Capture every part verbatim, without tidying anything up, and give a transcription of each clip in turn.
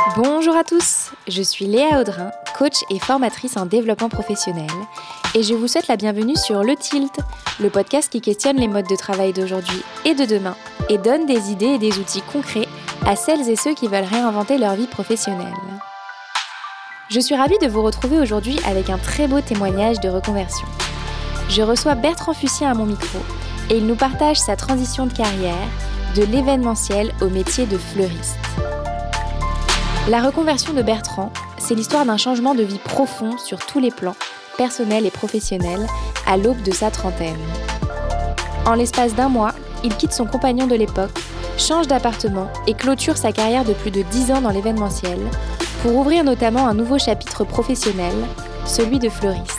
Bonjour à tous, je suis Léa Audrin, coach et formatrice en développement professionnel, et je vous souhaite la bienvenue sur Le Tilt, le podcast qui questionne les modes de travail d'aujourd'hui et de demain, et donne des idées et des outils concrets à celles et ceux qui veulent réinventer leur vie professionnelle. Je suis ravie de vous retrouver aujourd'hui avec un très beau témoignage de reconversion. Je reçois Bertrand Fussien à mon micro, et il nous partage sa transition de carrière, de l'événementiel au métier de fleuriste. La reconversion de Bertrand, c'est l'histoire d'un changement de vie profond sur tous les plans, personnels et professionnels, à l'aube de sa trentaine. En l'espace d'un mois, il quitte son compagnon de l'époque, change d'appartement et clôture sa carrière de plus de dix ans dans l'événementiel, pour ouvrir notamment un nouveau chapitre professionnel, celui de fleuriste.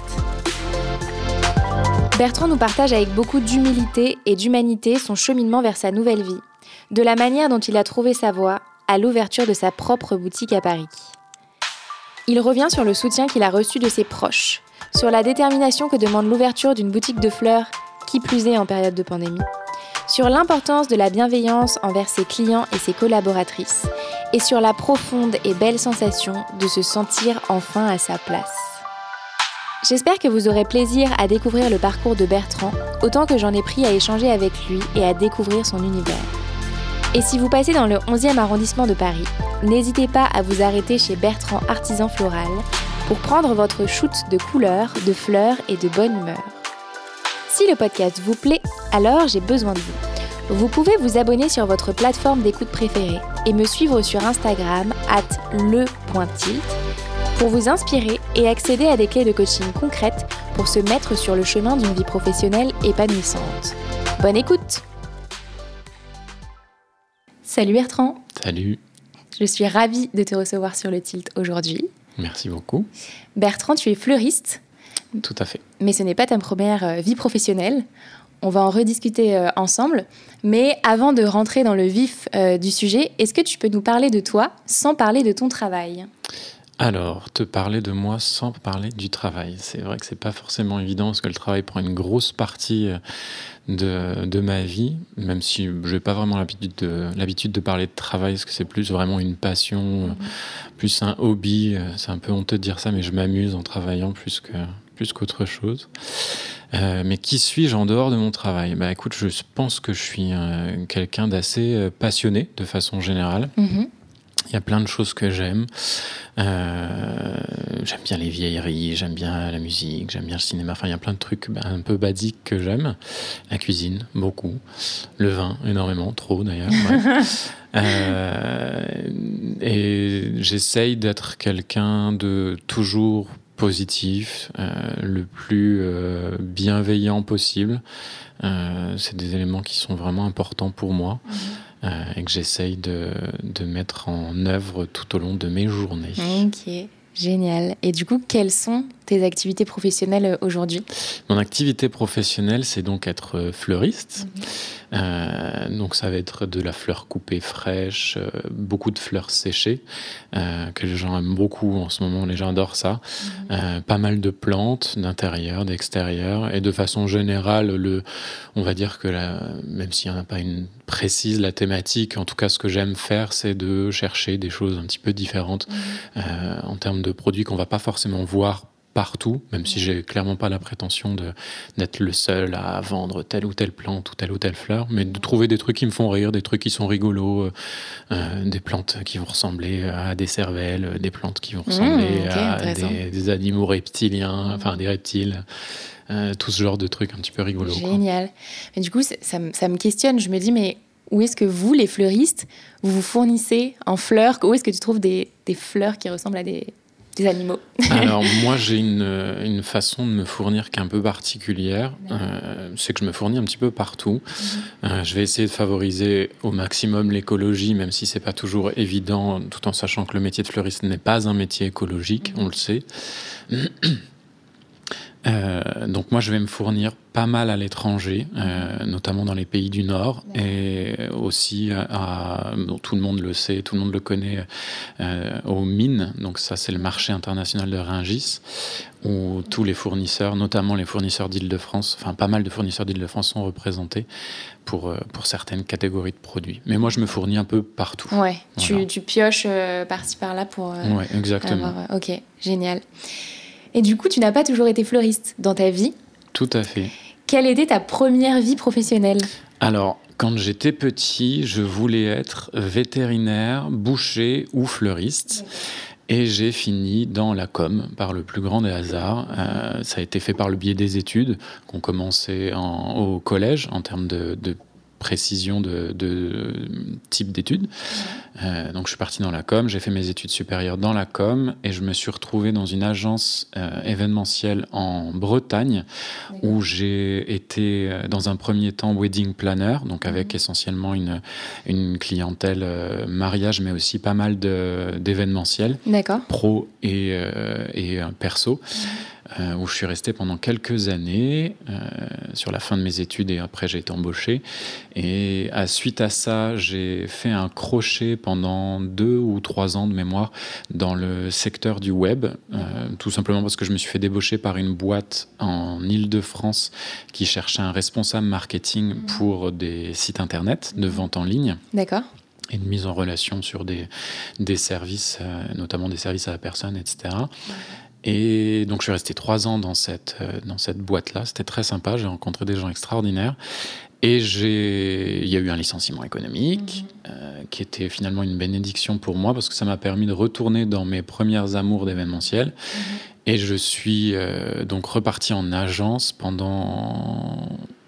Bertrand nous partage avec beaucoup d'humilité et d'humanité son cheminement vers sa nouvelle vie, de la manière dont il a trouvé sa voie à l'ouverture de sa propre boutique à Paris. Il revient sur le soutien qu'il a reçu de ses proches, sur la détermination que demande l'ouverture d'une boutique de fleurs, qui plus est en période de pandémie, sur l'importance de la bienveillance envers ses clients et ses collaboratrices, et sur la profonde et belle sensation de se sentir enfin à sa place. J'espère que vous aurez plaisir à découvrir le parcours de Bertrand, autant que j'en ai pris à échanger avec lui et à découvrir son univers. Et si vous passez dans le onzième arrondissement de Paris, n'hésitez pas à vous arrêter chez Bertrand Artisan Floral pour prendre votre shoot de couleurs, de fleurs et de bonne humeur. Si le podcast vous plaît, alors j'ai besoin de vous. Vous pouvez vous abonner sur votre plateforme d'écoute préférée et me suivre sur Instagram arobase le point tilt pour vous inspirer et accéder à des clés de coaching concrètes pour se mettre sur le chemin d'une vie professionnelle épanouissante. Bonne écoute! Salut Bertrand. Salut. Je suis ravie de te recevoir sur le Tilt aujourd'hui. Merci beaucoup. Bertrand, tu es fleuriste. Tout à fait. Mais ce n'est pas ta première vie professionnelle. On va en rediscuter ensemble. Mais avant de rentrer dans le vif du sujet, est-ce que tu peux nous parler de toi sans parler de ton travail ? Alors, te parler de moi sans parler du travail. C'est vrai que c'est pas forcément évident parce que le travail prend une grosse partie de, de ma vie, même si je n'ai pas vraiment l'habitude de, l'habitude de parler de travail, parce que c'est plus vraiment une passion, mmh. plus un hobby. C'est un peu honteux de dire ça, mais je m'amuse en travaillant plus, que, plus qu'autre chose. Euh, mais qui suis-je en dehors de mon travail ? Bah, écoute, je pense que je suis euh, quelqu'un d'assez passionné de façon générale. Mmh. Il y a plein de choses que j'aime. Euh, j'aime bien les vieilleries, j'aime bien la musique, j'aime bien le cinéma. Enfin, il y a plein de trucs un peu basiques que j'aime. La cuisine, beaucoup. Le vin, énormément, trop d'ailleurs. Ouais. euh, et j'essaye d'être quelqu'un de toujours positif, euh, le plus euh, bienveillant possible. Euh, c'est des éléments qui sont vraiment importants pour moi. Mmh. Euh, et que j'essaye de, de mettre en œuvre tout au long de mes journées. Ok, génial. Et du coup, quelles sont tes activités professionnelles aujourd'hui ? Mon activité professionnelle, c'est donc être fleuriste. Mmh. Euh, donc ça va être de la fleur coupée fraîche, euh, beaucoup de fleurs séchées, euh, que les gens aiment beaucoup en ce moment, les gens adorent ça. Mmh. Euh, pas mal de plantes d'intérieur, d'extérieur, et de façon générale, le, on va dire que la, même s'il n'y en a pas une précise, la thématique, en tout cas ce que j'aime faire, c'est de chercher des choses un petit peu différentes mmh. euh, en termes de produits qu'on ne va pas forcément voir partout, même si j'ai clairement pas la prétention de, d'être le seul à vendre telle ou telle plante ou telle ou telle fleur, mais de trouver des trucs qui me font rire, des trucs qui sont rigolos, euh, des plantes qui vont ressembler à des cervelles, des plantes qui vont ressembler mmh, okay, à des, des animaux reptiliens, mmh. enfin des reptiles, euh, tout ce genre de trucs un petit peu rigolos. Génial. Quoi. Mais du coup, ça, ça, ça me questionne, je me dis, mais où est-ce que vous, les fleuristes, vous vous fournissez en fleurs ? Où est-ce que tu trouves des, des fleurs qui ressemblent à des... des animaux? Alors moi j'ai une, une façon de me fournir qui est un peu particulière, euh, c'est que je me fournis un petit peu partout. Mmh. Euh, je vais essayer de favoriser au maximum l'écologie, même si c'est pas toujours évident, tout en sachant que le métier de fleuriste n'est pas un métier écologique, mmh. on le sait. Euh, donc moi, je vais me fournir pas mal à l'étranger, euh, notamment dans les pays du Nord, et aussi à, bon, tout le monde le sait, tout le monde le connaît, euh, aux mines. Donc ça, c'est le marché international de Rungis, où tous les fournisseurs, notamment les fournisseurs d'Île-de-France, enfin pas mal de fournisseurs d'Île-de-France sont représentés pour, euh, pour certaines catégories de produits. Mais moi, je me fournis un peu partout. Ouais, voilà. tu, tu pioches euh, par-ci par-là pour... Euh, ouais, exactement. avoir, euh, ok, génial. Et du coup, tu n'as pas toujours été fleuriste dans ta vie. Tout à fait. Quelle était ta première vie professionnelle ? Alors, quand j'étais petit, je voulais être vétérinaire, boucher ou fleuriste. Et j'ai fini dans la com, par le plus grand des hasards. Euh, ça a été fait par le biais des études qu'on commençait en, au collège, en termes de, de précision de, de type d'études. Euh, donc je suis parti dans la com, j'ai fait mes études supérieures dans la com et je me suis retrouvé dans une agence euh, événementielle en Bretagne. D'accord. Où j'ai été dans un premier temps wedding planner, donc avec mmh. essentiellement une, une clientèle euh, mariage, mais aussi pas mal de, d'événementiels, D'accord. pro et, euh, et euh, perso. Mmh. Euh, où je suis resté pendant quelques années, euh, sur la fin de mes études, et après j'ai été embauché. Et à, suite à ça, j'ai fait un crochet pendant deux ou trois ans de mémoire dans le secteur du web, euh, tout simplement parce que je me suis fait débaucher par une boîte en Île-de-France qui cherchait un responsable marketing pour des sites internet de vente en ligne. D'accord. Et de mise en relation sur des, des services, euh, notamment des services à la personne, et cetera. Et donc, je suis resté trois ans dans cette, euh, dans cette boîte-là. C'était très sympa. J'ai rencontré des gens extraordinaires. Et j'ai... il y a eu un licenciement économique mmh. euh, qui était finalement une bénédiction pour moi parce que ça m'a permis de retourner dans mes premières amours d'événementiel. Mmh. Et je suis euh, donc reparti en agence pendant...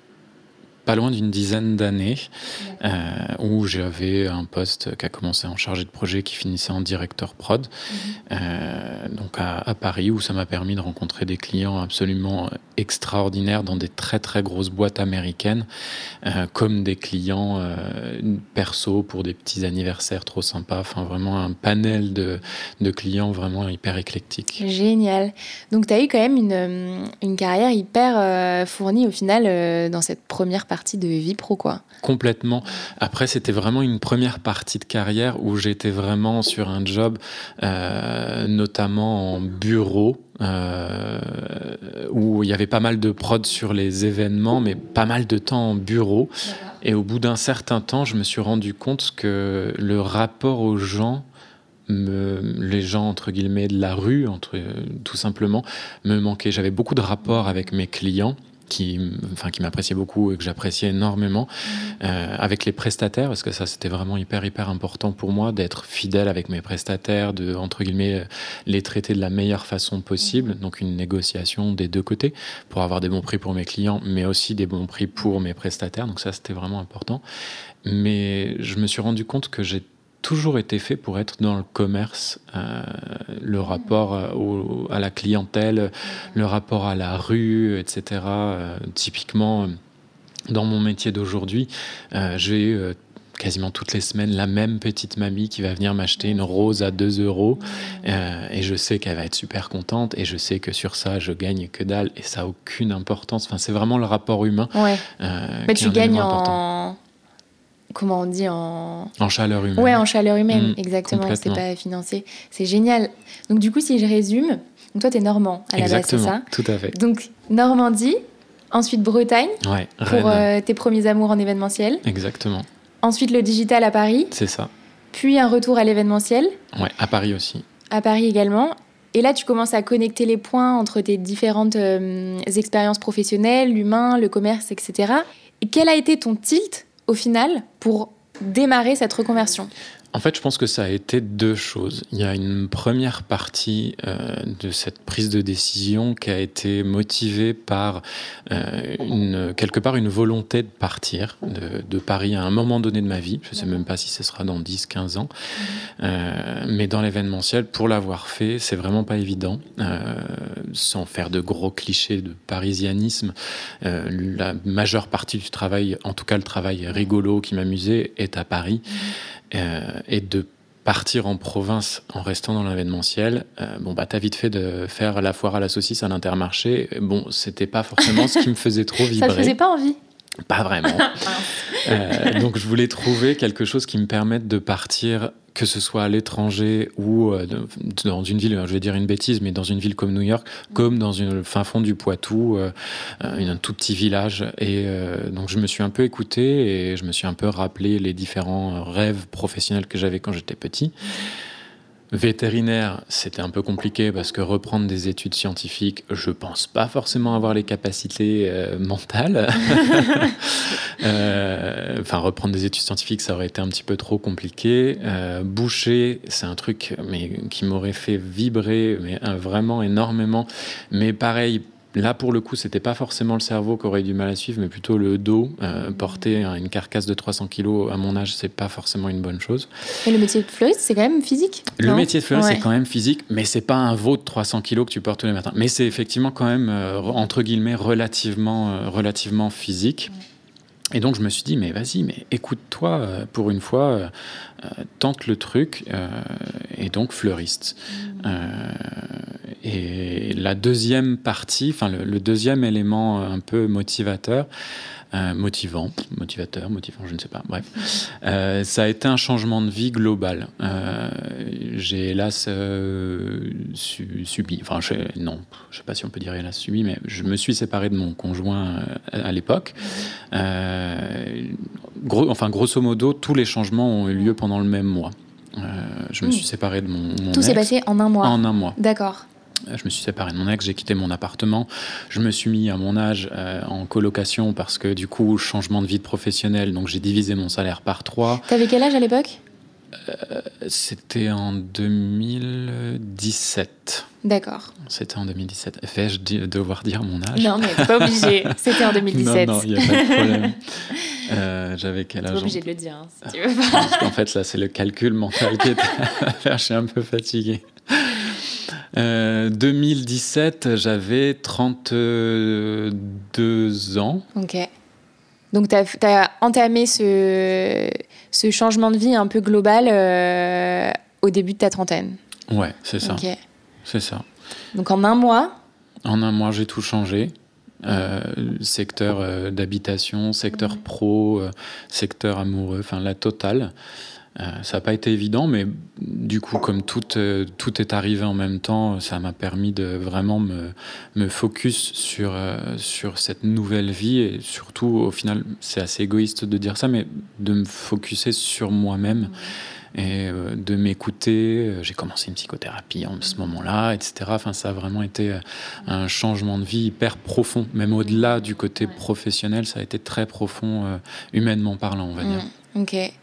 pas loin d'une dizaine d'années, euh, où j'avais un poste qui a commencé en chargé de projet, qui finissait en directeur prod, mmh. euh, donc à, à Paris, où ça m'a permis de rencontrer des clients absolument extraordinaires dans des très très grosses boîtes américaines, euh, comme des clients euh, perso pour des petits anniversaires trop sympas, enfin vraiment un panel de, de clients vraiment hyper éclectique. Génial. Donc tu as eu quand même une, une carrière hyper euh, fournie au final euh, dans cette première partie de vie pro, quoi. Complètement. Après, c'était vraiment une première partie de carrière où j'étais vraiment sur un job, euh, notamment en bureau, euh, où il y avait pas mal de prod sur les événements, mais pas mal de temps en bureau. D'accord. Et au bout d'un certain temps, je me suis rendu compte que le rapport aux gens, Me, les gens entre guillemets de la rue, entre, tout simplement, me manquait. J'avais beaucoup de rapports avec mes clients qui, enfin, qui m'appréciaient beaucoup et que j'appréciais énormément, euh, avec les prestataires, parce que ça c'était vraiment hyper hyper important pour moi d'être fidèle avec mes prestataires, de entre guillemets les traiter de la meilleure façon possible, donc une négociation des deux côtés pour avoir des bons prix pour mes clients, mais aussi des bons prix pour mes prestataires, donc ça c'était vraiment important. Mais je me suis rendu compte que j'ai toujours été fait pour être dans le commerce, euh, le rapport au, à la clientèle, le rapport à la rue, et cetera. Euh, typiquement, dans mon métier d'aujourd'hui, euh, j'ai euh, quasiment toutes les semaines la même petite mamie qui va venir m'acheter une rose à deux euros euh, et je sais qu'elle va être super contente et je sais que sur ça je gagne que dalle et ça n'a aucune importance. Enfin, c'est vraiment le rapport humain. Ouais. Euh, bah, qui tu est un gagnes élément en... important. Comment on dit en... En chaleur humaine. Ouais, en chaleur humaine, mmh, exactement. C'est pas financier. C'est génial. Donc, du coup, si je résume, donc toi, t'es normand à la exactement, base, c'est ça ? ça ? Tout à fait. Donc, Normandie, ensuite Bretagne, ouais, pour euh, tes premiers amours en événementiel. Exactement. Ensuite, le digital à Paris. C'est ça. Puis un retour à l'événementiel. Ouais, à Paris aussi. À Paris également. Et là, tu commences à connecter les points entre tes différentes euh, expériences professionnelles, l'humain, le commerce, et cetera. Et quel a été ton tilt, au final, pour démarrer cette reconversion ? En fait, je pense que ça a été deux choses. Il y a une première partie euh, de cette prise de décision qui a été motivée par euh, une, quelque part une volonté de partir de, de Paris à un moment donné de ma vie. Je ne sais même pas si ce sera dans dix, quinze ans. Euh, mais dans l'événementiel, pour l'avoir fait, c'est vraiment pas évident. Euh, sans faire de gros clichés de parisianisme, euh, la majeure partie du travail, en tout cas le travail rigolo qui m'amusait, est à Paris. Euh, et de partir en province en restant dans l'événementiel, euh, bon, bah, t'as vite fait de faire la foire à la saucisse à l'Intermarché. Bon, c'était pas forcément ce qui me faisait trop vibrer. Ça te faisait pas envie ? Pas vraiment. euh, donc, je voulais trouver quelque chose qui me permette de partir, que ce soit à l'étranger ou euh, dans une ville, je vais dire une bêtise, mais dans une ville comme New York, comme dans une, le fin fond du Poitou, euh, un tout petit village. Et euh, donc, je me suis un peu écouté et je me suis un peu rappelé les différents rêves professionnels que j'avais quand j'étais petit. Vétérinaire, c'était un peu compliqué parce que reprendre des études scientifiques, je pense pas forcément avoir les capacités euh, mentales. euh, enfin, reprendre des études scientifiques, ça aurait été un petit peu trop compliqué. Euh, boucher, c'est un truc mais, qui m'aurait fait vibrer mais, euh, vraiment énormément. Mais pareil, là, pour le coup, c'était pas forcément le cerveau qui aurait du mal à suivre, mais plutôt le dos. Euh, porter une carcasse de trois cents kilos à mon âge, c'est pas forcément une bonne chose. Et le métier de fleuriste, c'est quand même physique ? Le non métier de fleuriste, ouais. c'est quand même physique, mais c'est pas un veau de trois cents kilos que tu portes tous les matins. Mais c'est effectivement quand même, euh, entre guillemets, relativement, euh, relativement physique. Et donc, je me suis dit, mais vas-y, mais écoute-toi, euh, pour une fois, euh, euh, tente le truc, euh, et donc fleuriste. Mmh. Euh, et la deuxième partie, enfin, le, le deuxième élément un peu motivateur, euh, motivant, motivateur, motivant, je ne sais pas, bref, euh, ça a été un changement de vie global. Euh, j'ai hélas euh, su, subi, enfin, je, non, je ne sais pas si on peut dire hélas subi, mais je me suis séparé de mon conjoint à, à l'époque. Euh, gros, enfin, grosso modo, tous les changements ont eu lieu pendant le même mois. Euh, je me mmh. suis séparé de mon, mon Tout ex. s'est passé en un mois. En un mois. D'accord. Je me suis séparé de mon ex, j'ai quitté mon appartement, je me suis mis à mon âge euh, en colocation parce que du coup, changement de vie de professionnel, donc j'ai divisé mon salaire par trois. T'avais quel âge à l'époque ? euh, C'était en deux mille dix-sept. D'accord. C'était en deux mille dix-sept. Fais-je di- devoir dire mon âge ? Non, mais t'es pas obligé. C'était en deux mille dix-sept. Non, non, il n'y a pas de problème. Euh, j'avais quel âge ? T'es pas obligé de le dire, hein, si tu veux pas. Parce qu'en fait, là, c'est le calcul mental qui est à faire. Je suis un peu fatigué. Euh, deux mille dix-sept, j'avais trente-deux ans. Ok. Donc, tu as entamé ce, ce changement de vie un peu global euh, au début de ta trentaine. Ouais, c'est ça. Okay. C'est ça. Donc, en un mois ? En un mois, j'ai tout changé. Euh, secteur euh, d'habitation, secteur mmh. pro, euh, secteur amoureux, enfin la totale. Euh, ça n'a pas été évident, mais du coup, comme tout, euh, tout est arrivé en même temps, ça m'a permis de vraiment me, me focus sur, euh, sur cette nouvelle vie. Et surtout, au final, c'est assez égoïste de dire ça, mais de me focuser sur moi-même. Mmh. Et euh, de m'écouter. J'ai commencé une psychothérapie en ce moment-là, et cetera. Enfin, ça a vraiment été un changement de vie hyper profond. Même au-delà du côté ouais. professionnel, ça a été très profond, euh, humainement parlant, on va dire. Mmh, ok. Et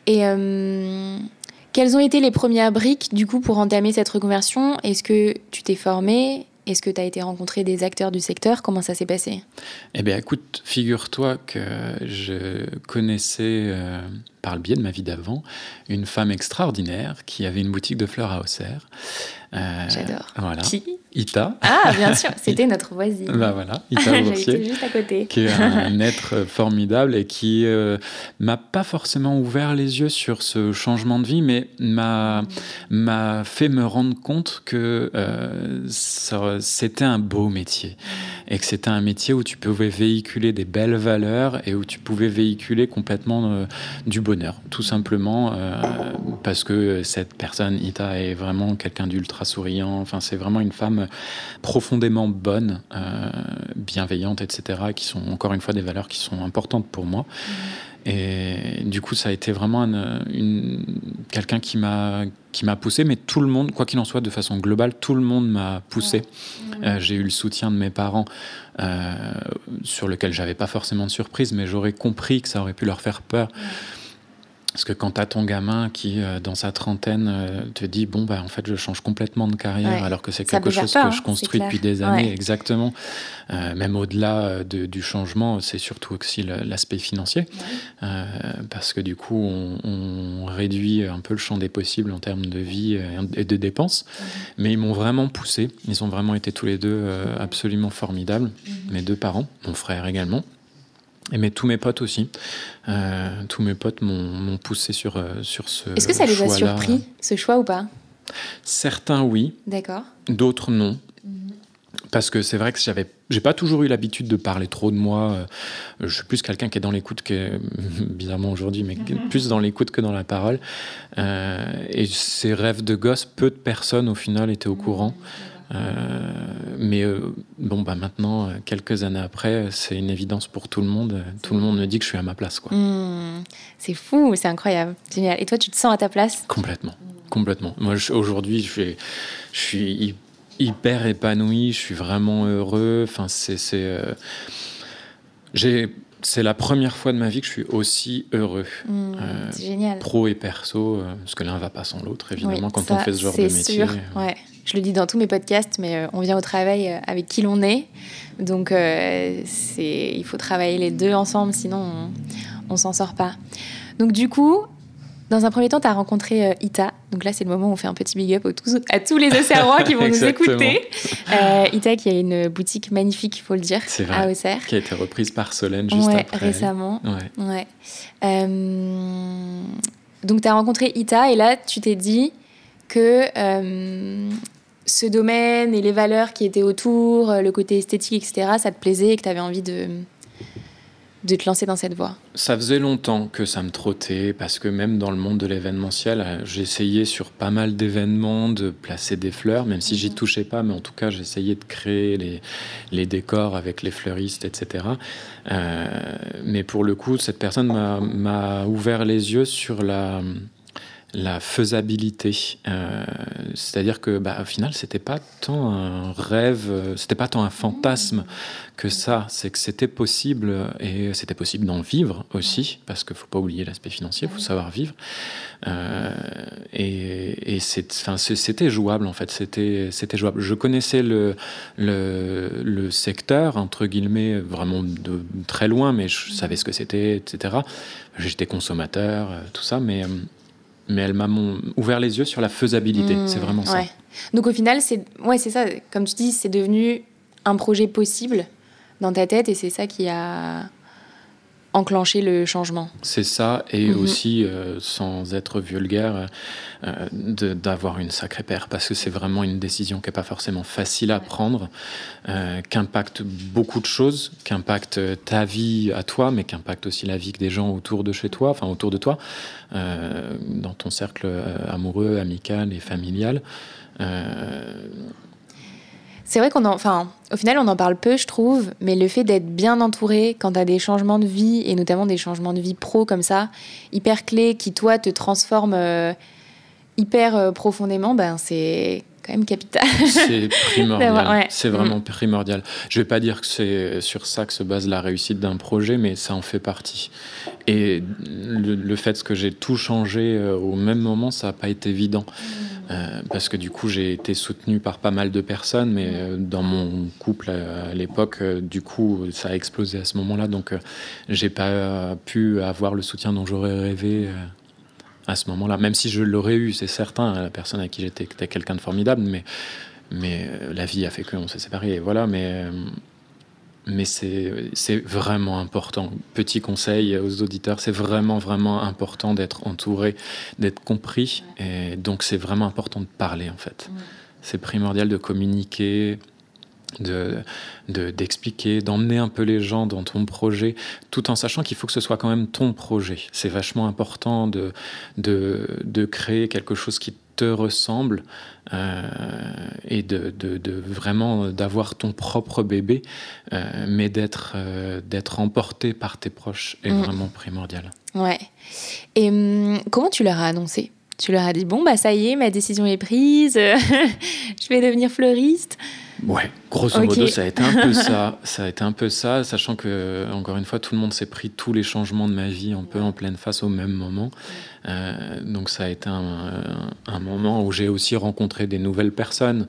euh, quelles ont été les premières briques, du coup, pour entamer cette reconversion ? Est-ce que tu t'es formée ? Est-ce que tu as été rencontrer des acteurs du secteur ? Comment ça s'est passé ? Eh bien, écoute, figure-toi que je connaissais, euh, par le biais de ma vie d'avant, une femme extraordinaire qui avait une boutique de fleurs à Auxerre. Euh, J'adore. Voilà. Qui ? Ita. Ah, bien sûr, c'était notre voisine. Bah voilà, Ita Boursier, juste à côté. qui est un être formidable et qui euh, m'a pas forcément ouvert les yeux sur ce changement de vie, mais m'a, m'a fait me rendre compte que euh, ça, c'était un beau métier et que c'était un métier où tu pouvais véhiculer des belles valeurs et où tu pouvais véhiculer complètement euh, du bonheur, tout simplement, euh, parce que cette personne, Ita, est vraiment quelqu'un d'ultra souriant. Enfin, c'est vraiment une femme profondément bonne, euh, bienveillante, et cetera, qui sont encore une fois des valeurs qui sont importantes pour moi. Mmh. Et du coup, ça a été vraiment une, une, quelqu'un qui m'a, qui m'a poussé, mais tout le monde, quoi qu'il en soit, de façon globale, tout le monde m'a poussé. Ouais. Mmh. Euh, j'ai eu le soutien de mes parents, euh, sur lequel j'avais pas forcément de surprise, mais j'aurais compris que ça aurait pu leur faire peur. Ouais. Parce que quand tu as ton gamin qui, euh, dans sa trentaine, euh, te dit « bon, bah, en fait, je change complètement de carrière ouais. » alors que c'est quelque chose peur, que je construis depuis des années, ouais. exactement. Euh, même au-delà de, du changement, c'est surtout aussi le, l'aspect financier. Ouais. Euh, parce que du coup, on, on réduit un peu le champ des possibles en termes de vie et de dépenses. Ouais. Mais ils m'ont vraiment poussé. Ils ont vraiment été tous les deux euh, absolument formidables, mmh. mes deux parents, mon frère également. Et mais tous mes potes aussi. Euh, tous mes potes m'ont, m'ont poussé sur, euh, sur ce choix-là. Est-ce que ça les a surpris, ce choix ou pas ? Certains, oui. D'accord. D'autres, non. Parce que c'est vrai que j'avais, j'ai pas toujours eu l'habitude de parler trop de moi. Je suis plus quelqu'un qui est dans l'écoute, que, bizarrement aujourd'hui, mais mm-hmm. plus dans l'écoute que dans la parole. Euh, et ces rêves de gosse, peu de personnes au final étaient au courant. Euh, mais euh, bon, bah maintenant, quelques années après, c'est une évidence pour tout le monde. Tout le monde me dit que je suis à ma place, quoi. Mmh, c'est fou, c'est incroyable, génial. Et toi, tu te sens à ta place ? Complètement, complètement. Moi, je, aujourd'hui, je suis, je suis hyper épanoui, je suis vraiment heureux. Enfin, c'est, c'est, euh, j'ai, c'est la première fois de ma vie que je suis aussi heureux. Mmh, euh, c'est génial. Pro et perso, euh, parce que l'un va pas sans l'autre, évidemment, oui, quand ça, on fait ce genre de métier. C'est sûr, ouais. Je le dis dans tous mes podcasts, mais euh, on vient au travail euh, avec qui l'on est. Donc, euh, c'est, il faut travailler les deux ensemble, sinon on ne s'en sort pas. Donc, du coup, dans un premier temps, tu as rencontré euh, Ita. Donc là, c'est le moment où on fait un petit big up aux tous, à tous les Auxerrois qui vont nous écouter. Euh, Ita qui a une boutique magnifique, il faut le dire, c'est vrai, à Auxerre. Qui a été reprise par Solène juste ouais, après. Récemment. Ouais. Ouais. Euh, donc, tu as rencontré Ita et là, tu t'es dit que euh, ce domaine et les valeurs qui étaient autour, le côté esthétique, et cetera, ça te plaisait et que tu avais envie de, de te lancer dans cette voie. Ça faisait longtemps que ça me trottait, parce que même dans le monde de l'événementiel, j'essayais sur pas mal d'événements de placer des fleurs, même si j'y touchais pas, mais en tout cas, j'essayais de créer les, les décors avec les fleuristes, et cetera. Euh, mais pour le coup, cette personne m'a, m'a ouvert les yeux sur la... la faisabilité, euh, c'est-à-dire que, bah, au final, c'était pas tant un rêve, c'était pas tant un fantasme que ça. C'est que c'était possible, et c'était possible d'en vivre aussi, parce qu'il faut pas oublier l'aspect financier, il faut savoir vivre. Euh, et et c'est, enfin, c'était jouable en fait, c'était, c'était jouable. Je connaissais le, le, le secteur entre guillemets vraiment de très loin, mais je savais ce que c'était, et cetera. J'étais consommateur, tout ça, mais mais elle m'a mon... ouvert les yeux sur la faisabilité. Mmh, c'est vraiment ça. Ouais. Donc au final, c'est... Ouais, c'est ça. Comme tu dis, c'est devenu un projet possible dans ta tête et c'est ça qui a enclenché le changement. C'est ça, et mmh. aussi, euh, sans être vulgaire, euh, de, d'avoir une sacrée paire, parce que c'est vraiment une décision qui n'est pas forcément facile à prendre, euh, qui impacte beaucoup de choses, qui impacte ta vie à toi, mais qui impacte aussi la vie des gens autour de chez toi, enfin autour de toi, euh, dans ton cercle amoureux, amical et familial. Euh, C'est vrai qu'on en, enfin, au final, on en parle peu, je trouve, mais le fait d'être bien entouré quand tu as des changements de vie, et notamment des changements de vie pro comme ça, hyper clés, qui, toi, te transforment euh, hyper euh, profondément, ben, c'est quand même capital. C'est primordial. Ouais. C'est vraiment mmh. primordial. Je ne vais pas dire que c'est sur ça que se base la réussite d'un projet, mais ça en fait partie. Et le, le fait que j'ai tout changé euh, au même moment, ça n'a pas été évident. Mmh. Euh, parce que du coup, j'ai été soutenu par pas mal de personnes, mais euh, dans mon couple à, à l'époque, euh, du coup, ça a explosé à ce moment-là. Donc, euh, j'ai pas euh, pu avoir le soutien dont j'aurais rêvé euh, à ce moment-là. Même si je l'aurais eu, c'est certain, la personne à qui j'étais était quelqu'un de formidable, mais, mais euh, la vie a fait qu'on s'est séparés. Et voilà, mais... Euh, Mais c'est, c'est vraiment important. Petit conseil aux auditeurs, c'est vraiment, vraiment important d'être entouré, d'être compris. Et donc, c'est vraiment important de parler, en fait. Mmh. C'est primordial de communiquer, de, de, d'expliquer, d'emmener un peu les gens dans ton projet, tout en sachant qu'il faut que ce soit quand même ton projet. C'est vachement important de, de, de créer quelque chose qui te ressemble euh, et de, de, de vraiment d'avoir ton propre bébé, euh, mais d'être, euh, d'être emporté par tes proches est mmh. vraiment primordial. Ouais. Et hum, comment tu leur as annoncé ? Tu leur as dit, bon, bah ça y est, ma décision est prise, je vais devenir fleuriste. Ouais, grosso okay. modo, ça a été un peu ça. Ça a été un peu ça, sachant que, encore une fois, tout le monde s'est pris tous les changements de ma vie un peu en pleine face au même moment. Euh, donc ça a été un, un, un moment où j'ai aussi rencontré des nouvelles personnes.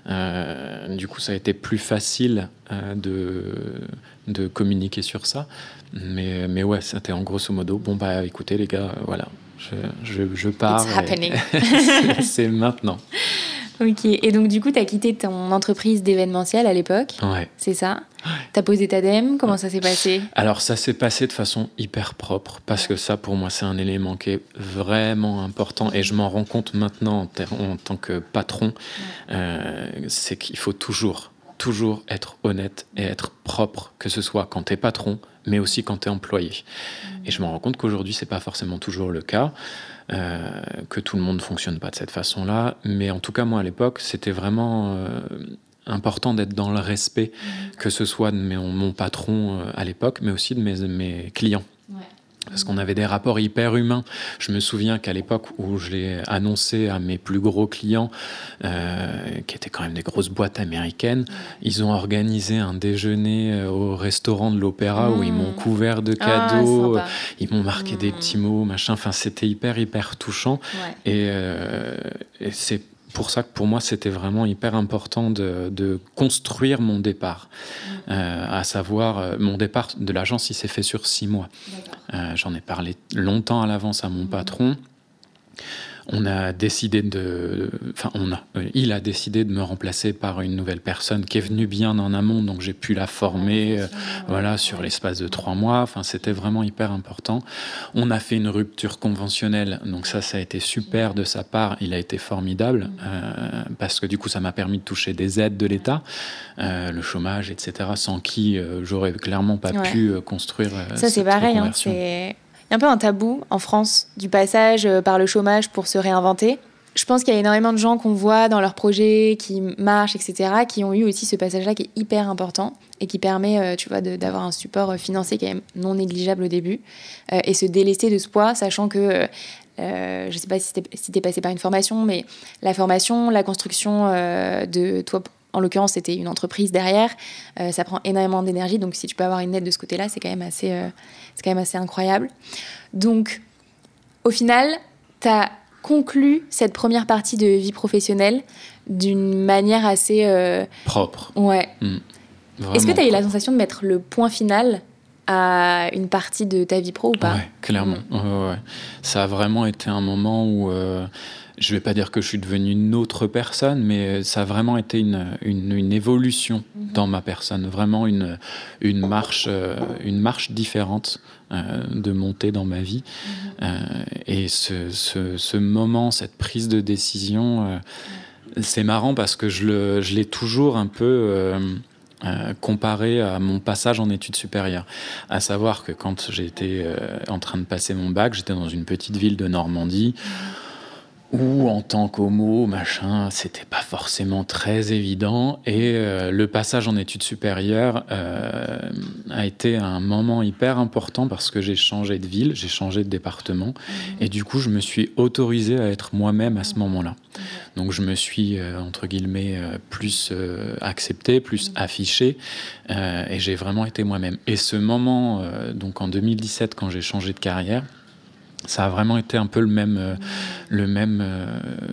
Euh, du coup, ça a été plus facile euh, de, de communiquer sur ça. Mais, mais ouais, c'était en grosso modo, bon, bah écoutez les gars, voilà, je, je, je pars. It's happening. c'est, c'est maintenant. Ok, et donc du coup, tu as quitté ton entreprise d'événementiel à l'époque, Ouais. c'est ça? Tu as posé ta D E M, comment ça s'est passé? Alors ça s'est passé de façon hyper propre, parce que ça pour moi c'est un élément qui est vraiment important et je m'en rends compte maintenant en, ter- en tant que patron, euh, c'est qu'il faut toujours, toujours être honnête et être propre, que ce soit quand t'es patron, mais aussi quand t'es employé. Et je me rends compte qu'aujourd'hui c'est pas forcément toujours le cas. Euh, que tout le monde ne fonctionne pas de cette façon-là. Mais en tout cas, moi, à l'époque, c'était vraiment euh, important d'être dans le respect, mmh. que ce soit de mes, mon patron euh, à l'époque, mais aussi de mes, mes clients. Ouais. Parce qu'on avait des rapports hyper humains. Je me souviens qu'à l'époque où je l'ai annoncé à mes plus gros clients, euh, qui étaient quand même des grosses boîtes américaines, ouais. ils ont organisé un déjeuner au restaurant de l'Opéra mmh. où ils m'ont couvert de cadeaux, ah, ils m'ont marqué mmh. des petits mots, machin. Enfin, c'était hyper, hyper touchant. Ouais. Et, euh, et c'est pour ça que pour moi, c'était vraiment hyper important de, de construire mon départ. Mmh. Euh, à savoir, euh, mon départ de l'agence, il s'est fait sur six mois. Euh, j'en ai parlé longtemps à l'avance à mon mmh. patron. On a décidé de... Enfin, on a, euh, il a décidé de me remplacer par une nouvelle personne qui est venue bien en amont, donc j'ai pu la former euh, voilà, sur l'espace de trois mois. Enfin, c'était vraiment hyper important. On a fait une rupture conventionnelle, donc ça, ça a été super de sa part. Il a été formidable, euh, parce que du coup, ça m'a permis de toucher des aides de l'État, euh, le chômage, et cetera, sans qui euh, j'aurais clairement pas ouais. pu euh, construire euh, ça, c'est pareil, hein, c'est... Il y a un peu un tabou en France du passage par le chômage pour se réinventer. Je pense qu'il y a énormément de gens qu'on voit dans leurs projets, qui marchent, et cetera, qui ont eu aussi ce passage-là qui est hyper important et qui permet, tu vois, de, d'avoir un support financier quand même non négligeable au début euh, et se délester de ce poids, sachant que, euh, je ne sais pas si t'es, si t'es passé par une formation, mais la formation, la construction euh, de toi. En l'occurrence, c'était une entreprise derrière. Euh, ça prend énormément d'énergie. Donc, si tu peux avoir une aide de ce côté-là, c'est quand même assez, euh, c'est quand même assez incroyable. Donc, au final, tu as conclu cette première partie de vie professionnelle d'une manière assez... Euh... propre. Ouais. Mmh. Est-ce que tu as eu la sensation de mettre le point final à une partie de ta vie pro ou pas? Ouais, clairement. Mmh. Ouais, ouais. Ça a vraiment été un moment où... Euh... Je ne vais pas dire que je suis devenu une autre personne, mais ça a vraiment été une, une, une évolution mmh. dans ma personne, vraiment une, une, marche, euh, une marche différente euh, de montée dans ma vie. Mmh. Euh, et ce, ce, ce moment, cette prise de décision, euh, mmh. c'est marrant parce que je, le, je l'ai toujours un peu... Euh, Euh, comparé à mon passage en études supérieures. À savoir que quand j'étais euh, en train de passer mon bac, j'étais dans une petite ville de Normandie où en tant qu'homo, machin, c'était pas forcément très évident. Et euh, le passage en études supérieures euh, a été un moment hyper important parce que j'ai changé de ville, j'ai changé de département. Mmh. Et du coup, je me suis autorisé à être moi-même à ce moment-là. Mmh. Donc, je me suis, euh, entre guillemets, euh, plus euh, accepté, plus mmh. affiché. Euh, et j'ai vraiment été moi-même. Et ce moment, euh, donc en deux mille dix-sept, quand j'ai changé de carrière, ça a vraiment été un peu le même... Euh, le même euh...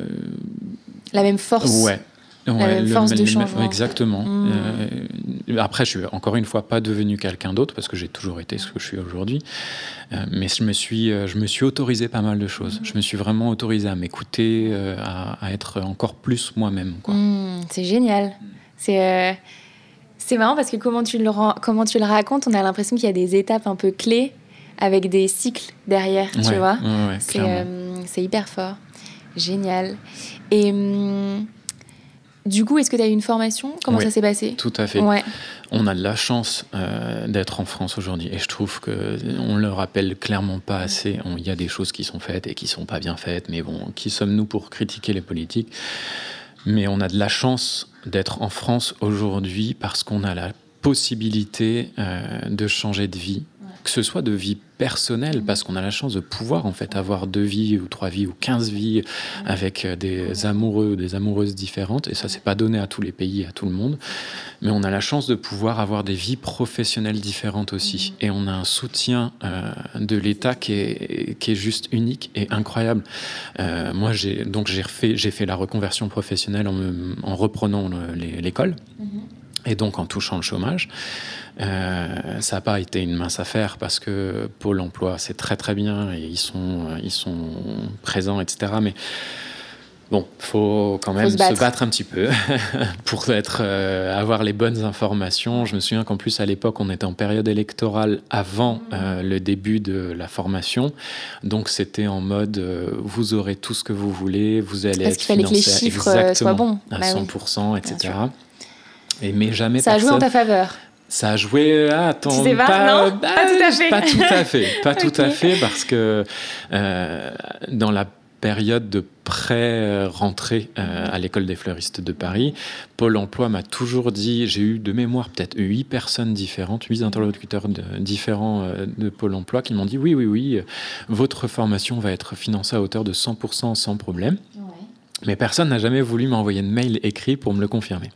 La même force. Ouais. La ouais, même le, force le, de le, changement. Exactement. Mmh. Euh, après, je suis encore une fois pas devenu quelqu'un d'autre parce que j'ai toujours été ce que je suis aujourd'hui. Euh, mais je me suis, euh, je me suis autorisé pas mal de choses. Mmh. Je me suis vraiment autorisé à m'écouter, euh, à, à être encore plus moi-même, quoi. Mmh, c'est génial. C'est... Euh... C'est marrant parce que comment tu, le rends, comment tu le racontes, on a l'impression qu'il y a des étapes un peu clés avec des cycles derrière, ouais, tu vois. Ouais, ouais, c'est, euh, c'est hyper fort. Génial. Et hum, du coup, est-ce que tu as eu une formation? Comment oui, ça s'est passé? Tout à fait. Ouais. On a de la chance euh, d'être en France aujourd'hui. Et je trouve qu'on ne le rappelle clairement pas assez. Il y a des choses qui sont faites et qui ne sont pas bien faites. Mais bon, qui sommes-nous pour critiquer les politiques? Mais on a de la chance d'être en France aujourd'hui parce qu'on a la possibilité euh, de changer de vie, ouais. que ce soit de vie personnelle, mmh. parce qu'on a la chance de pouvoir en fait avoir deux vies ou trois vies ou quinze vies mmh. avec des amoureux ou des amoureuses différentes. Et ça, c'est pas donné à tous les pays, à tout le monde. Mais on a la chance de pouvoir avoir des vies professionnelles différentes aussi. Mmh. Et on a un soutien euh, de l'État qui est, qui est juste unique et incroyable. Euh, moi, j'ai, donc j'ai, refait, j'ai fait la reconversion professionnelle en, me, en reprenant le, les, l'école. Mmh. Et donc en touchant le chômage. Euh, ça n'a pas été une mince affaire parce que Pôle emploi, c'est très très bien et ils sont, ils sont présents, et cetera. Mais Bon, faut quand même faut se, battre. se battre un petit peu pour être, euh, avoir les bonnes informations. Je me souviens qu'en plus, à l'époque, on était en période électorale avant euh, le début de la formation. Donc, c'était en mode, euh, vous aurez tout ce que vous voulez, vous allez Parce être qu'il fallait que les financé chiffres exactement soient bons. à bah cent pour cent, oui. et cetera. Et, mais jamais Ça personne... a joué en ta faveur. Ça a joué, ah, attends, tu sais pas, pas, non bah, pas tout à fait. Pas tout à fait, pas okay. tout à fait, parce que euh, dans la période de pré-rentrée euh, à l'école des fleuristes de Paris, Pôle emploi m'a toujours dit, j'ai eu de mémoire peut-être huit personnes différentes, huit interlocuteurs de, différents euh, de Pôle emploi qui m'ont dit oui, oui, oui, votre formation va être financée à hauteur de cent pour cent sans problème. Ouais. Mais personne n'a jamais voulu m'envoyer de mail écrit pour me le confirmer.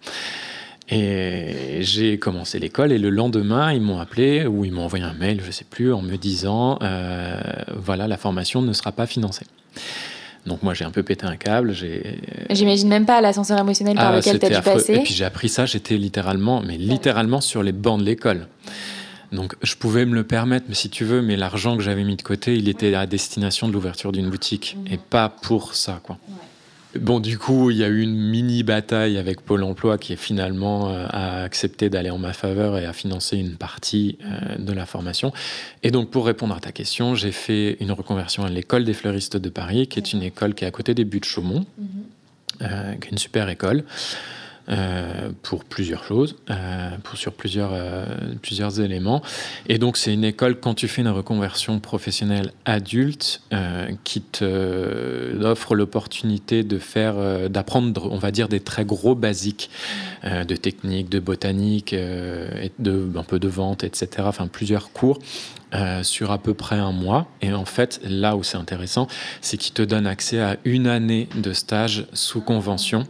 Et j'ai commencé l'école et le lendemain, ils m'ont appelé ou ils m'ont envoyé un mail, je ne sais plus, en me disant euh, voilà, la formation ne sera pas financée. Donc moi, j'ai un peu pété un câble. J'ai... J'imagine même pas l'ascenseur émotionnel par ah, lequel tu as dû affreux. passer. Et puis j'ai appris ça, j'étais littéralement, mais littéralement sur les bancs de l'école. Donc je pouvais me le permettre, mais si tu veux, mais l'argent que j'avais mis de côté, il était à destination de l'ouverture d'une boutique mmh. et pas pour ça, quoi. Ouais. Bon, du coup, il y a eu une mini-bataille avec Pôle emploi qui, finalement, euh, a accepté d'aller en ma faveur et a financé une partie euh, de la formation. Et donc, pour répondre à ta question, j'ai fait une reconversion à l'école des fleuristes de Paris, qui est une école qui est à côté des Buttes de Chaumont, euh, qui est une super école. Euh, pour plusieurs choses, euh, pour, sur plusieurs, euh, plusieurs éléments. Et donc, c'est une école, quand tu fais une reconversion professionnelle adulte, euh, qui t'offre l'opportunité de faire, euh, d'apprendre, on va dire, des très gros basiques euh, de technique, de botanique, euh, et de, un peu de vente, et cetera. Enfin, plusieurs cours. Euh, sur à peu près un mois. Et en fait, là où c'est intéressant, c'est qu'il te donne accès à une année de stage sous convention.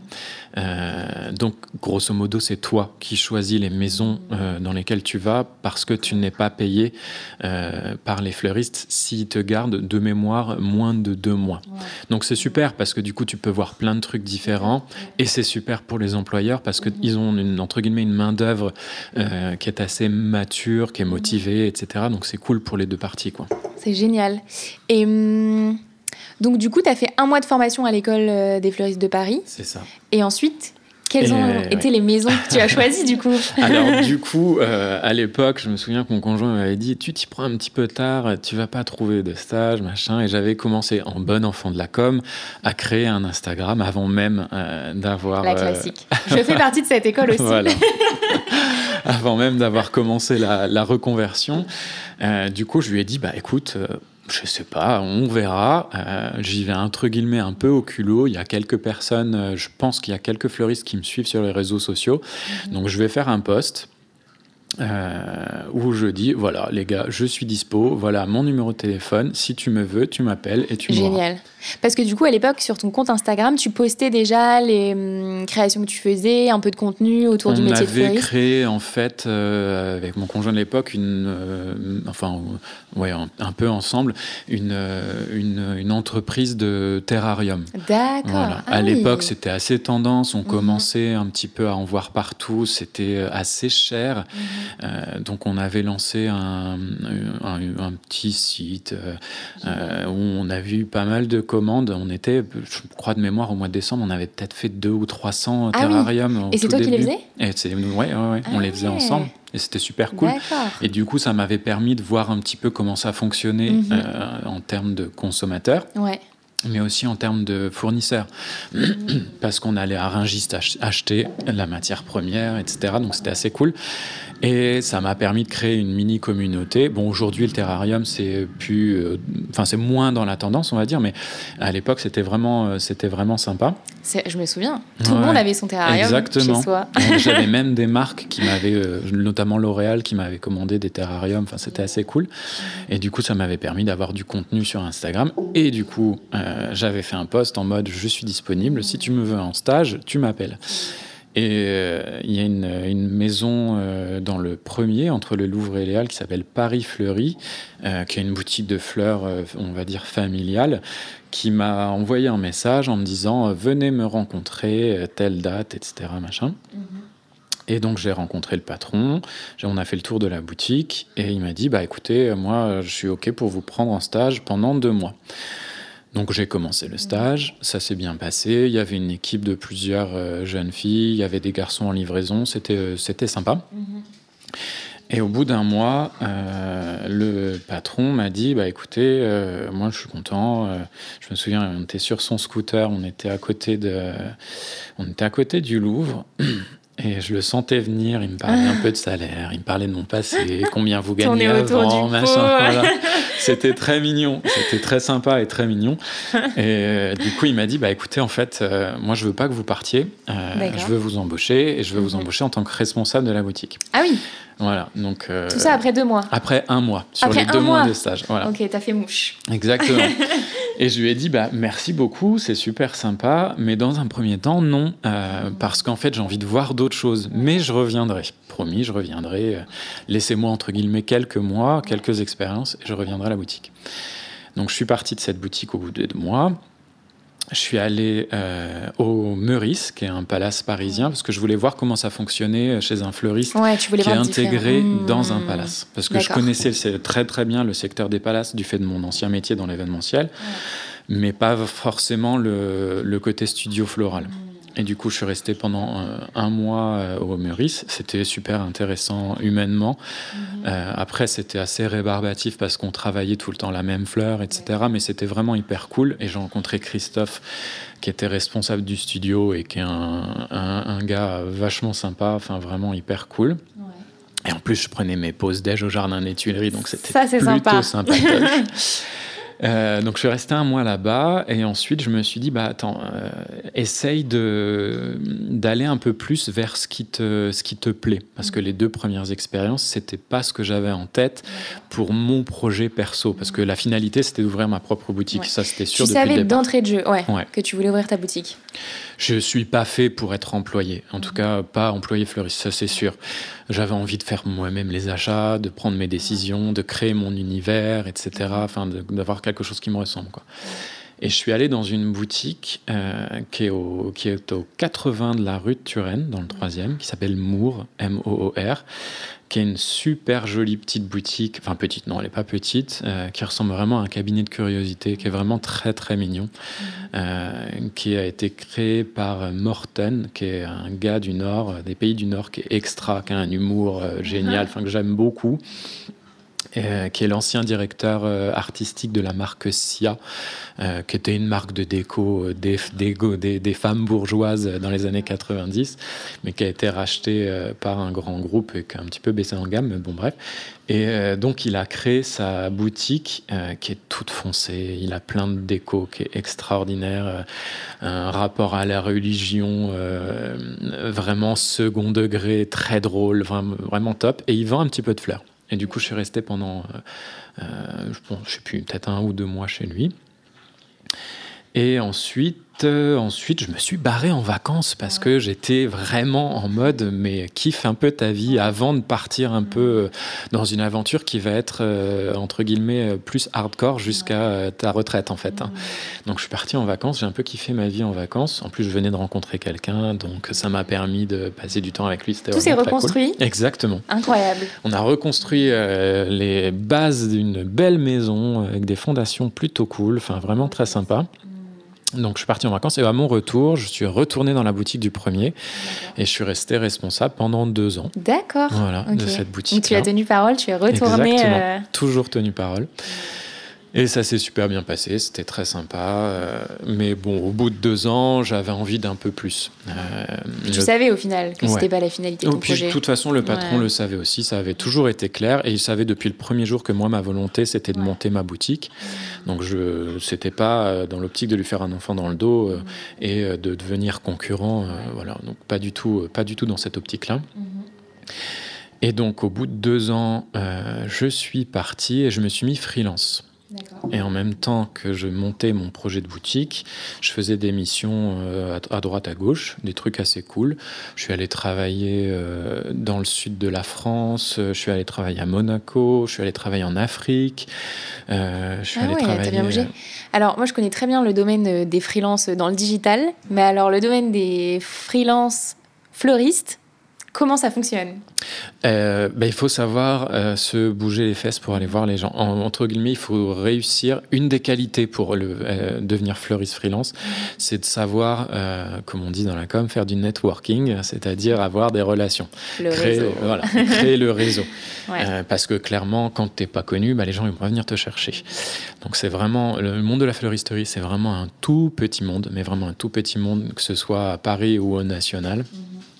Euh, donc, grosso modo, c'est toi qui choisis les maisons euh, dans lesquelles tu vas parce que tu n'es pas payé euh, par les fleuristes s'ils te gardent de mémoire moins de deux mois. Ouais. Donc, c'est super parce que du coup, tu peux voir plein de trucs différents et c'est super pour les employeurs parce qu'ils ont, une, entre guillemets, une main-d'œuvre euh, qui est assez mature, qui est motivée, et cetera. Donc, c'est cool pour les deux parties, quoi. C'est génial. Et hum, donc, du coup, tu as fait un mois de formation à l'école des fleuristes de Paris. C'est ça. Et ensuite, quelles et ont euh, été ouais. les maisons que tu as choisies, du coup ? Alors, du coup, euh, à l'époque, je me souviens que mon conjoint m'avait dit « Tu t'y prends un petit peu tard, tu vas pas trouver de stage, machin. » Et j'avais commencé, en bon enfant de la com, à créer un Instagram avant même euh, d'avoir... La classique. Euh... Je fais partie de cette école aussi. Voilà. Avant même d'avoir commencé la, la reconversion. Euh, du coup, je lui ai dit, bah écoute, euh, je sais pas, on verra. Euh, j'y vais entre guillemets un peu au culot. Il y a quelques personnes, euh, je pense qu'il y a quelques fleuristes qui me suivent sur les réseaux sociaux. Mmh. Donc, je vais faire un post euh, où je dis, voilà, les gars, je suis dispo. Voilà mon numéro de téléphone. Si tu me veux, tu m'appelles et tu m'auras. Génial. Parce que du coup, à l'époque, sur ton compte Instagram, tu postais déjà les hum, créations que tu faisais, un peu de contenu autour on du métier de fleuriste. On avait créé, en fait, euh, avec mon conjoint de l'époque, une, euh, enfin, ouais, un, un peu ensemble, une, une, une entreprise de terrarium. D'accord. Voilà. Ah, à oui. l'époque, c'était assez tendance. On mmh. commençait un petit peu à en voir partout. C'était assez cher. Mmh. Euh, donc, on avait lancé un, un, un petit site euh, où on a vu pas mal de commandes. On était, je crois de mémoire, au mois de décembre, on avait peut-être fait deux ou trois cents ah terrariums. Oui. Et c'est toi début. qui les faisais ? Et c'est, ouais, ouais, ouais. Ah on les faisait ouais. ensemble. Et c'était super cool. D'accord. Et du coup, ça m'avait permis de voir un petit peu comment ça fonctionnait mmh. euh, en termes de consommateurs. Ouais. Mais aussi en termes de fournisseurs. Mmh. Parce qu'on allait à Rungis ach- acheter la matière première, et cetera. Donc, c'était assez cool. Et ça m'a permis de créer une mini-communauté. Bon, aujourd'hui, le terrarium, c'est plus... Euh, enfin, c'est moins dans la tendance, on va dire. Mais à l'époque, c'était vraiment, euh, c'était vraiment sympa. C'est, je me souviens. Tout ouais. le monde avait son terrarium Exactement. chez soi. Donc, j'avais même des marques qui m'avaient... Euh, notamment L'Oréal, qui m'avait commandé des terrariums. Enfin, c'était assez cool. Et du coup, ça m'avait permis d'avoir du contenu sur Instagram. Et du coup, euh, j'avais fait un post en mode « Je suis disponible. Si tu me veux en stage, tu m'appelles. » Et il euh, y a une, une maison euh, dans le premier, entre le Louvre et les Halles, qui s'appelle Paris Fleury, euh, qui est une boutique de fleurs, euh, on va dire, familiale, qui m'a envoyé un message en me disant « Venez me rencontrer, telle date, et cetera machin. Mm-hmm. Et donc, j'ai rencontré le patron, on a fait le tour de la boutique, et il m'a dit bah, « Écoutez, moi, je suis OK pour vous prendre en stage pendant deux mois. » Donc j'ai commencé le stage, ça s'est bien passé. Il y avait une équipe de plusieurs euh, jeunes filles, il y avait des garçons en livraison, c'était, euh, c'était sympa. Mm-hmm. Et au bout d'un mois, euh, le patron m'a dit bah, « Écoutez, euh, moi je suis content. Euh, je me souviens, on était sur son scooter, on était à côté, de, on était à côté du Louvre. Et je le sentais venir, il me parlait un peu de salaire, il me parlait de mon passé, combien vous gagnez avant, machin. Voilà. C'était très mignon, c'était très sympa et très mignon. Et euh, du coup, il m'a dit, bah écoutez, en fait, euh, moi je veux pas que vous partiez, euh, je veux vous embaucher et je veux vous embaucher en tant que responsable de la boutique. Ah oui. Voilà, donc. Euh, Tout ça après deux mois. Après un mois, sur après les deux mois. mois de stage. Voilà. Ok, t'as fait mouche. Exactement. Et je lui ai dit, bah, merci beaucoup, c'est super sympa, mais dans un premier temps, non, euh, parce qu'en fait, j'ai envie de voir d'autres choses. Mais je reviendrai, promis, je reviendrai. Laissez-moi, entre guillemets, quelques mois, quelques expériences, et je reviendrai à la boutique. Donc, je suis parti de cette boutique au bout de deux mois. Je suis allé euh, au Meurice, qui est un palace parisien, parce que je voulais voir comment ça fonctionnait chez un fleuriste ouais, tu voulais qui est voir intégré mmh. dans un palace. Parce que D'accord. je connaissais très très bien le secteur des palaces du fait de mon ancien métier dans l'événementiel, ouais. mais pas forcément le, le côté studio floral. Mmh. Et du coup, je suis resté pendant euh, un mois euh, au Meurice. C'était super intéressant humainement. Mmh. Euh, après, c'était assez rébarbatif parce qu'on travaillait tout le temps la même fleur, et cetera. Ouais. Mais c'était vraiment hyper cool. Et j'ai rencontré Christophe, qui était responsable du studio et qui est un, un, un gars vachement sympa, enfin vraiment hyper cool. Ouais. Et en plus, je prenais mes pauses déj au Jardin des Tuileries, donc c'était Ça, c'est plutôt sympa. sympatoche. Euh, donc je suis resté un mois là-bas et ensuite je me suis dit bah attends euh, essaye de d'aller un peu plus vers ce qui te ce qui te plaît parce que les deux premières expériences c'était pas ce que j'avais en tête pour mon projet perso parce que la finalité c'était d'ouvrir ma propre boutique. Ouais. Ça c'était sûr. Tu depuis savais le départ. d'entrée de jeu ouais, ouais. que tu voulais ouvrir ta boutique. Je suis pas fait pour être employé, en tout cas pas employé fleuriste, ça c'est sûr. J'avais envie de faire moi-même les achats, de prendre mes décisions, de créer mon univers, et cetera. Enfin, de, d'avoir quelque chose qui me ressemble, quoi. Et je suis allé dans une boutique euh, qui, est au, qui est au quatre-vingts de la rue de Turenne, dans le troisième, qui s'appelle Moore, M O O R, qui est une super jolie petite boutique, enfin petite, non, elle n'est pas petite, euh, qui ressemble vraiment à un cabinet de curiosité, qui est vraiment très, très mignon, euh, qui a été créé par Morten, qui est un gars du Nord, des pays du Nord, qui est extra, qui a un humour euh, génial, enfin que j'aime beaucoup. Euh, qui est l'ancien directeur euh, artistique de la marque Sia, euh, qui était une marque de déco euh, des, des, des, des femmes bourgeoises dans les années quatre-vingt-dix, mais qui a été racheté euh, par un grand groupe et qui a un petit peu baissé en gamme, mais bon bref. Et euh, donc il a créé sa boutique euh, qui est toute foncée, il a plein de déco qui est extraordinaire, euh, un rapport à la religion euh, vraiment second degré, très drôle, vraiment, vraiment top, et il vend un petit peu de fleurs. Et du coup, je suis resté pendant, euh, je ne sais plus, peut-être un ou deux mois chez lui. Et ensuite, euh, ensuite, je me suis barré en vacances parce que j'étais vraiment en mode, mais kiffe un peu ta vie avant de partir un peu dans une aventure qui va être, euh, entre guillemets, plus hardcore jusqu'à euh, ta retraite, en fait. Hein. Donc, je suis parti en vacances, j'ai un peu kiffé ma vie en vacances. En plus, je venais de rencontrer quelqu'un, donc ça m'a permis de passer du temps avec lui. C'était Tout s'est reconstruit. Cool. Exactement. Incroyable. On a reconstruit euh, les bases d'une belle maison avec des fondations plutôt cool, enfin vraiment très sympa. Donc, je suis parti en vacances et à mon retour, je suis retourné dans la boutique du premier. D'accord. Et je suis resté responsable pendant deux ans. D'accord. Voilà, okay. de cette boutique. Donc, tu as tenu parole, tu es retourné. Exactement. Euh... Toujours tenu parole. Et ça s'est super bien passé, c'était très sympa. Euh, mais bon, au bout de deux ans, j'avais envie d'un peu plus. Euh, tu le... savais au final que ouais. c'était pas la finalité de ton puis, projet. De toute façon, le patron ouais. le savait aussi, ça avait toujours été clair. Et il savait depuis le premier jour que moi, ma volonté, c'était de ouais. monter ma boutique. Mmh. Donc, je c'était pas dans l'optique de lui faire un enfant dans le dos euh, mmh. et de devenir concurrent. Euh, ouais. Voilà, donc pas du tout, pas du tout dans cette optique-là. Mmh. Et donc, au bout de deux ans, euh, je suis parti et je me suis mis freelance. D'accord. Et en même temps que je montais mon projet de boutique, je faisais des missions euh, à droite à gauche, des trucs assez cool. Je suis allé travailler euh, dans le sud de la France, je suis allé travailler à Monaco, je suis allé travailler en Afrique. Euh, je suis ah allé ouais, travailler... t'as bien bougé. Alors moi je connais très bien le domaine des freelances dans le digital, mais alors le domaine des freelances fleuristes, Comment ça fonctionne ? euh, bah, Il faut savoir euh, se bouger les fesses pour aller voir les gens. En, entre guillemets, il faut réussir. Une des qualités pour le, euh, devenir fleuriste freelance, mmh. c'est de savoir, euh, comme on dit dans la com, faire du networking, c'est-à-dire avoir des relations. Le créer, réseau. Voilà, créer le réseau. Ouais. Euh, parce que clairement, quand tu n'es pas connu, bah, les gens ils vont pas venir te chercher. Donc c'est vraiment, le monde de la fleuristerie, c'est vraiment un tout petit monde, mais vraiment un tout petit monde, que ce soit à Paris ou au national. Mmh.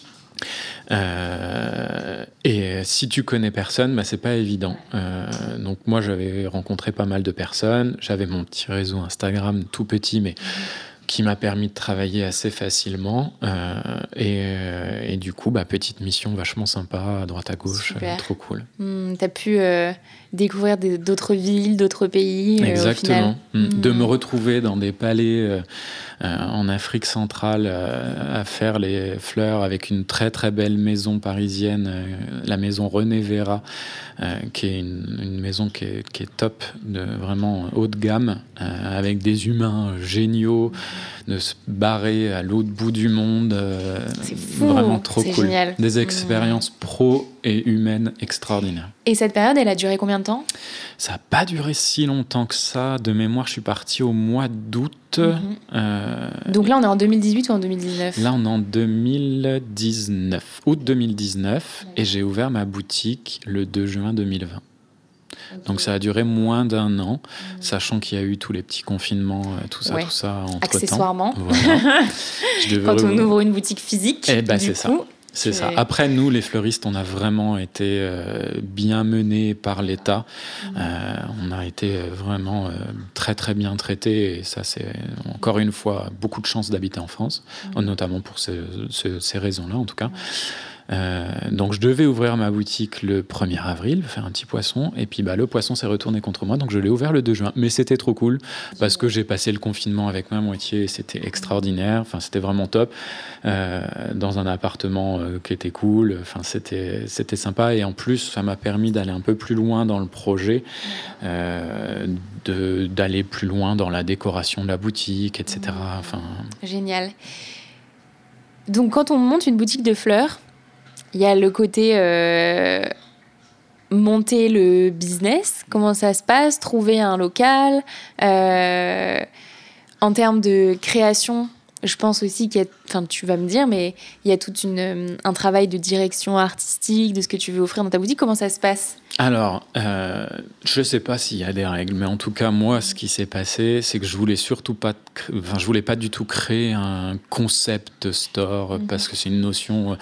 Euh, et si tu connais personne, bah, c'est pas évident. Euh, donc moi, j'avais rencontré pas mal de personnes. J'avais mon petit réseau Instagram tout petit, mais qui m'a permis de travailler assez facilement. Euh, et, euh, et du coup, bah, petite mission vachement sympa, à droite à gauche, euh, trop cool. Mmh, t'as pu euh, découvrir des, d'autres villes, d'autres pays. Euh, Exactement. au final. Mmh. De me retrouver dans des palais euh, euh, en Afrique centrale euh, à faire les fleurs avec une très très belle maison parisienne, euh, la maison René Vera, euh, qui est une, une maison qui est, qui est top, de, vraiment haut de gamme, euh, avec des humains géniaux, de se barrer à l'autre bout du monde. Euh, c'est fou, vraiment trop c'est cool. Génial. Des expériences mmh. pro et humaines extraordinaires. Et cette période, elle a duré combien de temps ? Ça n'a pas duré si longtemps que ça. De mémoire, je suis parti au mois d'août. Mmh. Euh, Donc là, on est en deux mille dix-huit ou en deux mille dix-neuf ? Là, on est en deux mille dix-neuf, août deux mille dix-neuf, ouais. Et j'ai ouvert ma boutique le deux juin deux mille vingt. Okay. Donc ça a duré moins d'un an, mmh. sachant qu'il y a eu tous les petits confinements, tout ça, ouais. tout ça entre-temps. Accessoirement. Voilà. Je devais... Quand on ouvre une boutique physique, eh ben, du c'est coup... ça. C'est ça. Après, nous, les fleuristes, on a vraiment été euh, bien menés par l'État. Mmh. Euh, on a été vraiment euh, très, très bien traités. Et ça, c'est encore une fois beaucoup de chance d'habiter en France, mmh. notamment pour ces, ces, ces raisons-là, en tout cas. Mmh. Euh, donc je devais ouvrir ma boutique le premier avril, faire un petit poisson, et puis bah, le poisson s'est retourné contre moi, donc je l'ai ouvert le deux juin. Mais c'était trop cool, parce que j'ai passé le confinement avec ma moitié, et c'était extraordinaire, enfin, c'était vraiment top, euh, dans un appartement euh, qui était cool, enfin, c'était, c'était sympa, et en plus ça m'a permis d'aller un peu plus loin dans le projet, euh, de, d'aller plus loin dans la décoration de la boutique, et cetera. Enfin... Génial. Donc quand on monte une boutique de fleurs, il y a le côté euh, monter le business, comment ça se passe, trouver un local. Euh, en termes de création, je pense aussi qu'il y a, enfin tu vas me dire, mais il y a tout une, un travail de direction artistique, de ce que tu veux offrir dans ta boutique. Comment ça se passe ? Alors, euh, je ne sais pas s'il y a des règles, mais en tout cas, moi, ce qui s'est passé, c'est que je voulais surtout pas, enfin, je voulais pas du tout créer un concept store, mmh. parce que c'est une notion...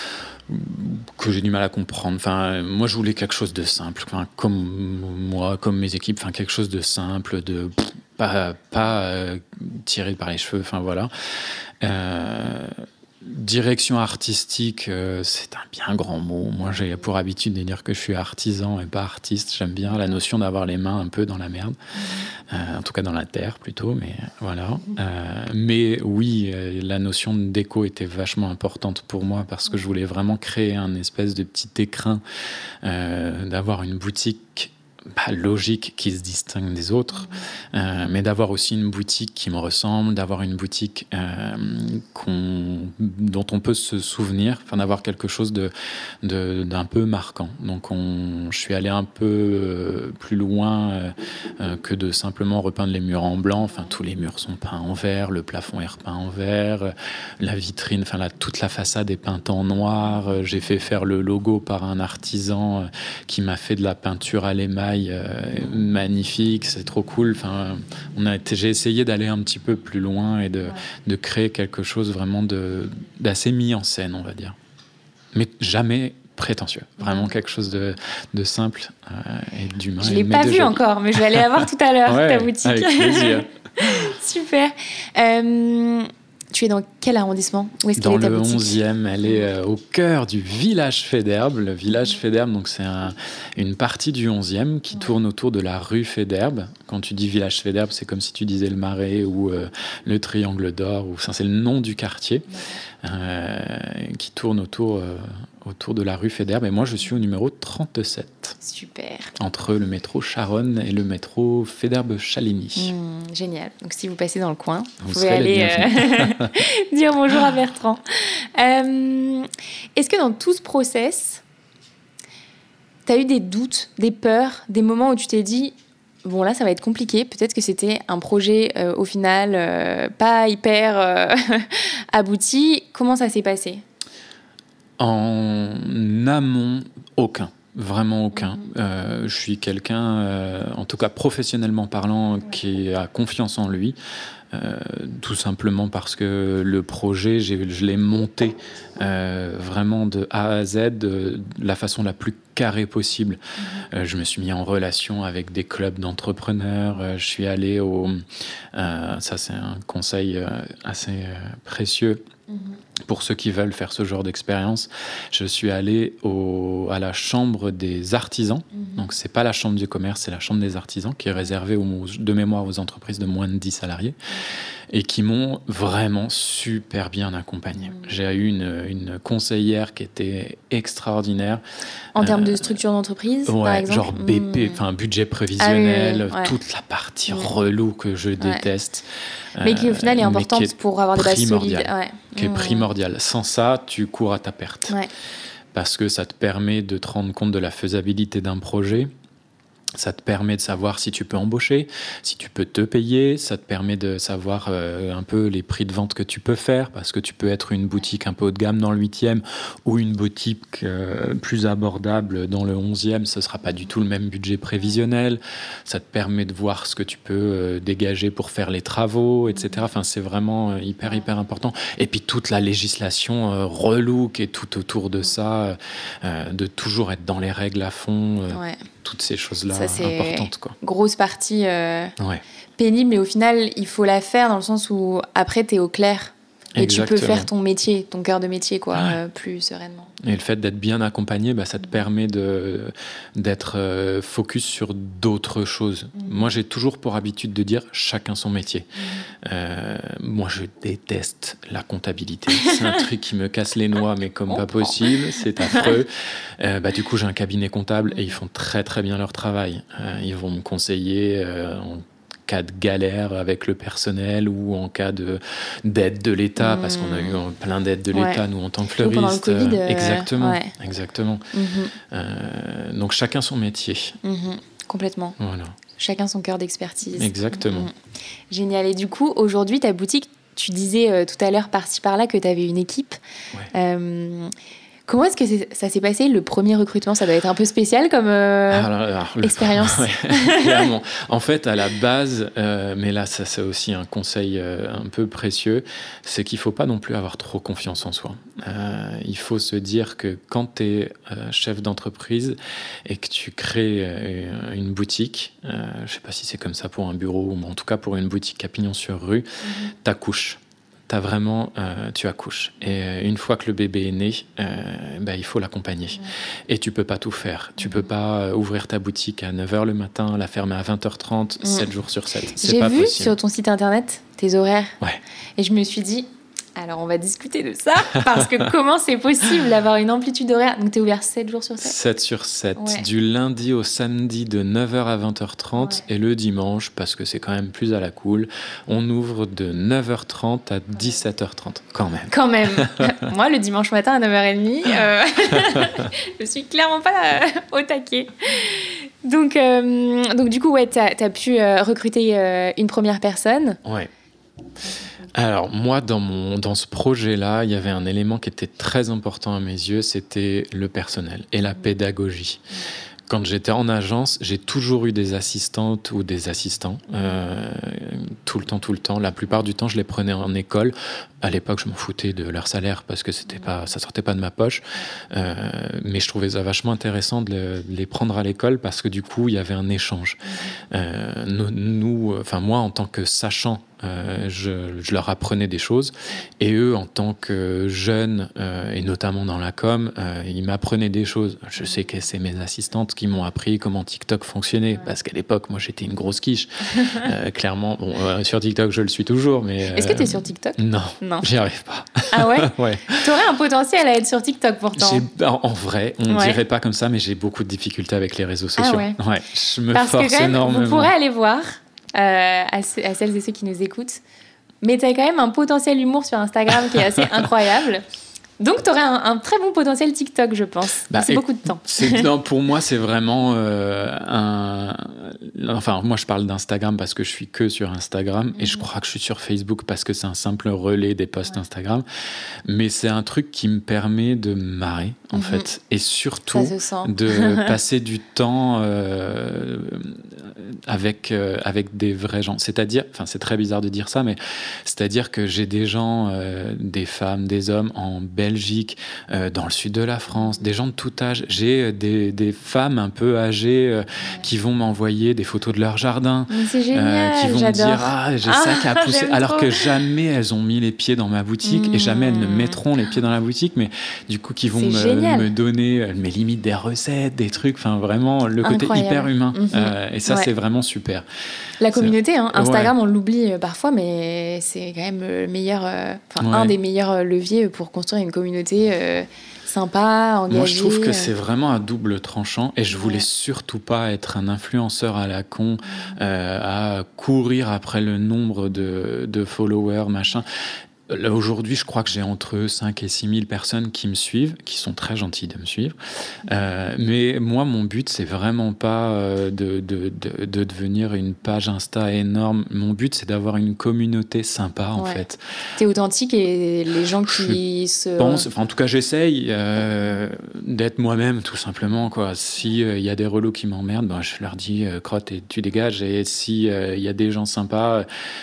que j'ai du mal à comprendre. Enfin, moi, je voulais quelque chose de simple, enfin, comme moi, comme mes équipes, enfin, quelque chose de simple, de pas, pas euh, tiré par les cheveux, enfin voilà. Euh, direction artistique, euh, c'est un bien grand mot. Moi, j'ai pour habitude de dire que je suis artisan et pas artiste. J'aime bien la notion d'avoir les mains un peu dans la merde, euh, en tout cas dans la terre plutôt, mais voilà. Euh, mais oui, euh, la notion de déco était vachement importante pour moi parce que je voulais vraiment créer un espèce de petit écrin, euh, d'avoir une boutique pas logique qui se distingue des autres, mmh. euh, mais d'avoir aussi une boutique qui me ressemble, d'avoir une boutique euh, qu'on, dont on peut se souvenir, enfin d'avoir quelque chose de, de, d'un peu marquant. Donc on, je suis allé un peu euh, plus loin euh, euh, que de simplement repeindre les murs en blanc. Enfin, tous les murs sont peints en vert, le plafond est repeint en vert, la vitrine, enfin la, toute la façade est peinte en noir. J'ai fait faire le logo par un artisan qui m'a fait de la peinture à l'émail Euh, magnifique, c'est trop cool. Enfin, on a été, j'ai essayé d'aller un petit peu plus loin et de, ouais. de créer quelque chose vraiment de, d'assez mis en scène, on va dire. Mais jamais prétentieux. Vraiment quelque chose de, de simple euh, et d'humain. Je ne l'ai pas vu encore, mais je vais aller la voir tout à l'heure, ouais, ta boutique. Avec plaisir. Super. Euh... Tu es dans quel arrondissement ? Où est-ce Dans qu'elle est ta le boutique ? onzième, elle est euh, au cœur du village Faidherbe. Le village Faidherbe, donc c'est un, une partie du onzième qui ouais. tourne autour de la rue Faidherbe. Quand tu dis village Faidherbe, c'est comme si tu disais le Marais ou euh, le Triangle d'Or. Ou, ça, c'est le nom du quartier. euh, qui tourne autour, euh, autour de la rue Faidherbe. Et moi, je suis au numéro trente-sept. Super. Entre le métro Charonne et le métro Faidherbe-Chaligny. Mmh, génial. Donc, si vous passez dans le coin, vous, vous serez pouvez aller euh, dire bonjour à Bertrand. Euh, est-ce que dans tout ce process, tu as eu des doutes, des peurs, des moments où tu t'es dit bon, là, ça va être compliqué. Peut-être que c'était un projet, euh, au final, euh, pas hyper euh, abouti. Comment ça s'est passé ? En amont, aucun. Vraiment aucun. Mmh. Euh, je suis quelqu'un, euh, en tout cas professionnellement parlant, ouais. qui a confiance en lui. Euh, tout simplement parce que le projet, j'ai, je l'ai monté euh, vraiment de A à Z de la façon la plus carrée possible. Mmh. Euh, je me suis mis en relation avec des clubs d'entrepreneurs. Euh, je suis allé au... Euh, ça, c'est un conseil euh, assez euh, précieux. Mmh. Pour ceux qui veulent faire ce genre d'expérience, je suis allé au, à la chambre des artisans. Mmh. Donc, c'est pas la chambre du commerce, c'est la chambre des artisans qui est réservée aux, de mémoire aux entreprises de moins de dix salariés et qui m'ont vraiment super bien accompagné. Mmh. J'ai eu une, une conseillère qui était extraordinaire. En euh, termes de structure d'entreprise, ouais, par exemple, genre B P, enfin mmh. budget prévisionnel, ah, oui, oui, ouais. toute la partie mmh. relou que je déteste. Ouais. Mais qui au final est importante est pour avoir des bases solides. Ouais. Qui est primordial. Sans ça, tu cours à ta perte. Ouais. Parce que ça te permet de te rendre compte de la faisabilité d'un projet. Ça te permet de savoir si tu peux embaucher, si tu peux te payer. Ça te permet de savoir euh, un peu les prix de vente que tu peux faire, parce que tu peux être une boutique un peu haut de gamme dans le huitième ou une boutique euh, plus abordable dans le onzième. Ce ne sera pas du tout le même budget prévisionnel. Ça te permet de voir ce que tu peux euh, dégager pour faire les travaux, et cetera. Enfin, c'est vraiment euh, hyper, hyper important. Et puis toute la législation euh, relou qui est tout autour de ça, euh, de toujours être dans les règles à fond. Euh, ouais. Toutes ces choses-là ça, c'est importantes, quoi. Grosse partie euh, ouais. pénible, mais au final, il faut la faire dans le sens où après, tu es au clair. Et Exactement. Tu peux faire ton métier, ton cœur de métier, quoi, ouais. euh, plus sereinement. Et le fait d'être bien accompagné, bah, ça te mmh. permet de, d'être euh, focus sur d'autres choses. Mmh. Moi, j'ai toujours pour habitude de dire chacun son métier. Mmh. Euh, moi, je déteste la comptabilité. C'est un truc qui me casse les noix, mais comme pas possible. C'est affreux. Euh, bah, du coup, j'ai un cabinet comptable et ils font très, très bien leur travail. Euh, ils vont me conseiller euh, en cas de galère avec le personnel ou en cas de, d'aide de l'État, mmh. parce qu'on a eu plein d'aides de l'État, ouais. nous, en tant que fleuristes. Pendant le Covid, euh, exactement, ouais. exactement. Mmh. Euh, donc, chacun son métier. Mmh. Complètement. Voilà. Chacun son cœur d'expertise. Exactement. Mmh. Génial. Et du coup, aujourd'hui, ta boutique, tu disais euh, tout à l'heure, par-ci, par-là, que tu avais une équipe. Ouais. Euh, Comment est-ce que c'est, ça s'est passé, le premier recrutement ? Ça doit être un peu spécial comme euh, alors, alors, le, expérience. Ouais, clairement. En fait, à la base, euh, mais là, ça, c'est aussi un conseil euh, un peu précieux, c'est qu'il ne faut pas non plus avoir trop confiance en soi. Euh, il faut se dire que quand tu es euh, chef d'entreprise et que tu crées euh, une boutique, euh, je ne sais pas si c'est comme ça pour un bureau, ou en tout cas pour une boutique à Pignon-sur-Rue, mm-hmm. t'accouches. T'as vraiment, euh, tu accouches. Et euh, une fois que le bébé est né, euh, bah, il faut l'accompagner. Mmh. Et tu peux pas tout faire. Tu mmh. peux pas euh, ouvrir ta boutique à neuf heures le matin, la fermer à vingt heures trente, mmh. sept jours sur sept. C'est J'ai pas vu possible. Sur ton site internet tes horaires. Ouais. Et je me suis dit, alors on va discuter de ça, parce que comment c'est possible d'avoir une amplitude horaire ? Donc tu es ouvert sept jours sur sept ? sept sur sept, ouais. Du lundi au samedi de neuf heures à vingt heures trente, ouais. Et le dimanche, parce que c'est quand même plus à la cool, on ouvre de neuf heures trente à dix-sept heures trente, quand même. Quand même. Moi, le dimanche matin à neuf heures trente, euh, je suis clairement pas au taquet. Donc, euh, donc du coup, ouais, tu as pu euh, recruter euh, une première personne. Ouais. Alors, moi, dans, mon, dans ce projet-là, il y avait un élément qui était très important à mes yeux, c'était le personnel et la pédagogie. Quand j'étais en agence, j'ai toujours eu des assistantes ou des assistants, euh, tout le temps, tout le temps. La plupart du temps, je les prenais en école. À l'époque, je m'en foutais de leur salaire parce que c'était pas, ça sortait pas de ma poche. Euh, mais je trouvais ça vachement intéressant de, le, de les prendre à l'école parce que du coup, il y avait un échange. Euh, nous, nous, enfin moi, en tant que sachant Euh, je, je leur apprenais des choses. Et eux, en tant que jeunes, euh, et notamment dans la com, euh, ils m'apprenaient des choses. Je sais que c'est mes assistantes qui m'ont appris comment TikTok fonctionnait. Ouais. Parce qu'à l'époque, moi, j'étais une grosse quiche. euh, clairement, bon, euh, sur TikTok, je le suis toujours. Mais, euh, Est-ce que tu es sur TikTok ? Non, non. J'y arrive pas. Ah ouais, ouais. Tu aurais un potentiel à être sur TikTok pourtant. J'ai, en, en vrai, on ne ouais. dirait pas comme ça, mais j'ai beaucoup de difficultés avec les réseaux sociaux. Ah ouais. Ouais, je me Parce force que quand même, énormément. Vous pourrez aller voir, euh, à, ce, à celles et ceux qui nous écoutent, mais tu as quand même un potentiel humour sur Instagram qui est assez incroyable. Donc, tu aurais un, un très bon potentiel TikTok, je pense. Bah, c'est beaucoup de temps. C'est, non, pour moi, c'est vraiment euh, un... Enfin, moi, je parle d'Instagram parce que je suis que sur Instagram. Mm-hmm. Et je crois que je suis sur Facebook parce que c'est un simple relais des posts ouais. Instagram. Mais c'est un truc qui me permet de me marrer, en mm-hmm. fait. Et surtout, de passer du temps euh, avec, euh, avec des vrais gens. C'est-à-dire... Enfin, c'est très bizarre de dire ça, mais c'est-à-dire que j'ai des gens, euh, des femmes, des hommes en Belgique, Belgique, euh, dans le sud de la France, des gens de tout âge. J'ai des, des femmes un peu âgées euh, qui vont m'envoyer des photos de leur jardin. Mais c'est génial, euh, qui vont j'adore. me dire « Ah, j'ai ah, ça qui a poussé », alors trop. que jamais elles ont mis les pieds dans ma boutique mmh. et jamais elles ne mettront les pieds dans la boutique, mais du coup qui vont me, me donner mes limites des recettes, des trucs, enfin vraiment le côté Incroyable. Hyper humain. Mmh. Euh, et ça, ouais. c'est vraiment super. La communauté, hein, Instagram, ouais. on l'oublie parfois, mais c'est quand même le meilleur, euh, ouais. un des meilleurs leviers pour construire une communauté euh, sympa, engagée. Moi, je trouve que c'est vraiment un double tranchant et je voulais ouais. surtout pas être un influenceur à la con, euh, à courir après le nombre de, de followers, machin. Là, aujourd'hui, je crois que j'ai entre cinq et six mille personnes qui me suivent, qui sont très gentilles de me suivre. Euh, mais moi, mon but, c'est vraiment pas euh, de, de, de, de devenir une page Insta énorme. Mon but, c'est d'avoir une communauté sympa, en ouais. fait. T'es authentique et les gens qui je se... pense, enfin, en tout cas, j'essaye euh, d'être moi-même, tout simplement, quoi. S'il euh, y a des relous qui m'emmerdent, ben, je leur dis euh, « crotte et tu dégages ». Et s'il il euh, y a des gens sympas... Euh,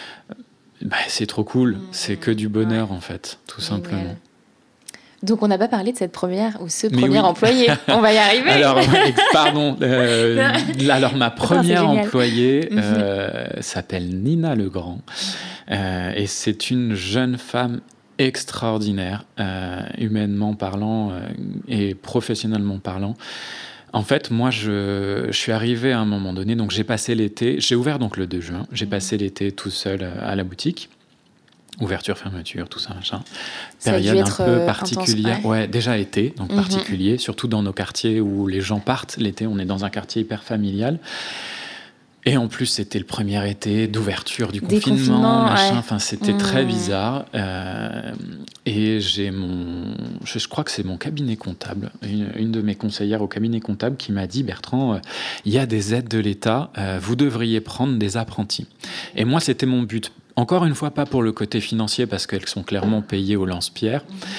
Bah, c'est trop cool, mmh, c'est que du bonheur ouais. en fait, tout Génial. Simplement. Donc on n'a pas parlé de cette première ou ce Mais premier oui. employé, on va y arriver. Alors, pardon, euh, alors ma première non, employée mmh. euh, s'appelle Nina Legrand euh, et c'est une jeune femme extraordinaire, euh, humainement parlant euh, et professionnellement parlant. En fait, moi, je, je suis arrivé à un moment donné, donc j'ai passé l'été, j'ai ouvert donc le deux juin, j'ai mmh. passé l'été tout seul à la boutique, ouverture, fermeture, tout ça, machin. Ça Période a dû être un peu euh, particulière, intense, ouais. ouais, déjà été, donc mmh. particulier, surtout dans nos quartiers où les gens partent l'été, on est dans un quartier hyper familial. Et en plus, c'était le premier été d'ouverture du confinement, machin. Ouais. Enfin, c'était mmh. très bizarre. Euh, et j'ai mon, je, je crois que c'est mon cabinet comptable, une, une de mes conseillères au cabinet comptable qui m'a dit, Bertrand, il euh, y a des aides de l'État, euh, vous devriez prendre des apprentis. Et moi, c'était mon but. Encore une fois, pas pour le côté financier, parce qu'elles sont clairement payées au lance-pierre.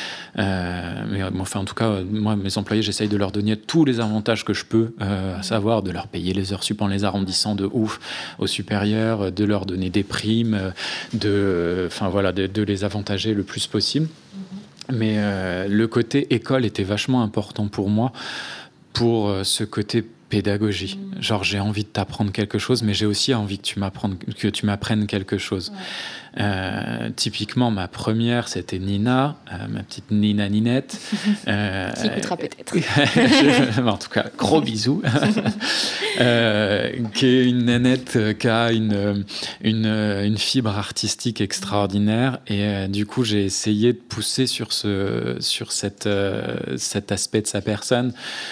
Euh, mais enfin, en tout cas, moi, mes employés, j'essaye de leur donner tous les avantages que je peux, euh, à savoir de leur payer les heures sup en les arrondissant de ouf aux supérieurs, de leur donner des primes, de, enfin voilà, de, de les avantager le plus possible. Mais euh, le côté école était vachement important pour moi, pour euh, ce côté pédagogie. Mmh. Genre, j'ai envie de t'apprendre quelque chose, mais j'ai aussi envie que tu m'apprennes, que tu m'apprennes quelque chose. Ouais. Euh, typiquement, ma première, c'était Nina, euh, ma petite Nina Ninette. Euh, qui écoutera peut-être. je, en tout cas, gros bisous. euh, qui est une nénette qui a une, une, une fibre artistique extraordinaire. Et euh, du coup, j'ai essayé de pousser sur, ce, sur cette, euh, cet aspect de sa personne.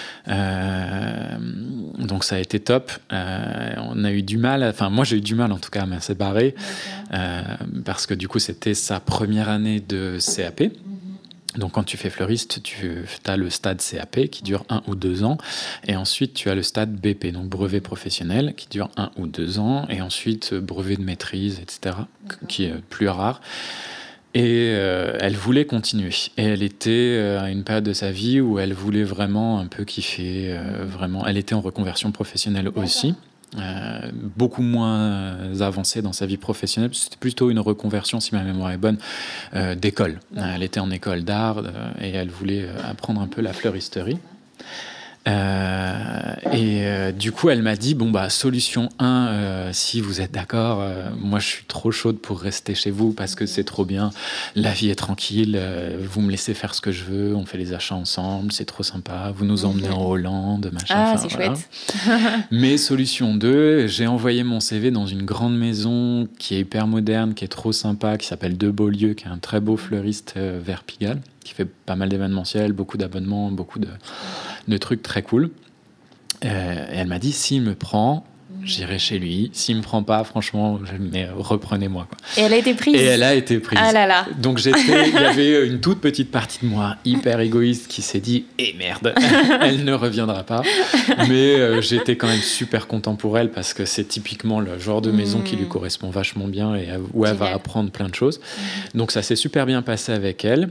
Euh, donc ça a été top. Euh, on a eu du mal, enfin moi j'ai eu du mal en tout cas à me séparer euh, parce que du coup c'était sa première année de C A P. Mm-hmm. Donc quand tu fais fleuriste, tu as le stade C A P qui dure un ou deux ans et ensuite tu as le stade B P, donc brevet professionnel qui dure un ou deux ans et ensuite brevet de maîtrise, et cetera, mm-hmm. qui est plus rare. Et euh, elle voulait continuer. Et elle était euh, à une période de sa vie où elle voulait vraiment un peu kiffer. Euh, vraiment. Elle était en reconversion professionnelle D'accord. aussi. Euh, beaucoup moins avancée dans sa vie professionnelle. C'était plutôt une reconversion, si ma mémoire est bonne, euh, d'école. D'accord. Elle était en école d'art euh, et elle voulait apprendre un peu la fleuristerie. Euh, et euh, du coup, elle m'a dit, bon, bah, solution un, euh, si vous êtes d'accord, euh, moi, je suis trop chaude pour rester chez vous parce que c'est trop bien. La vie est tranquille, euh, vous me laissez faire ce que je veux, on fait les achats ensemble, c'est trop sympa, vous nous emmenez en Hollande, machin. Ah, enfin, c'est voilà. chouette. Mais solution deux, j'ai envoyé mon C V dans une grande maison qui est hyper moderne, qui est trop sympa, qui s'appelle De Beaulieu, qui est un très beau fleuriste euh, vers Pigalle, qui fait pas mal d'événementiels, beaucoup d'abonnements, beaucoup de, de trucs très cool. Euh, et elle m'a dit, s'il me prend, j'irai chez lui. S'il me prend pas, franchement, je, mais reprenez-moi, quoi. Et elle a été prise. Et elle a été prise. Ah là là. Donc j'étais, il y avait une toute petite partie de moi hyper égoïste qui s'est dit, eh merde, elle ne reviendra pas. Mais euh, j'étais quand même super content pour elle parce que c'est typiquement le genre de maison mmh. qui lui correspond vachement bien et où elle Génial. Va apprendre plein de choses. Mmh. Donc ça s'est super bien passé avec elle.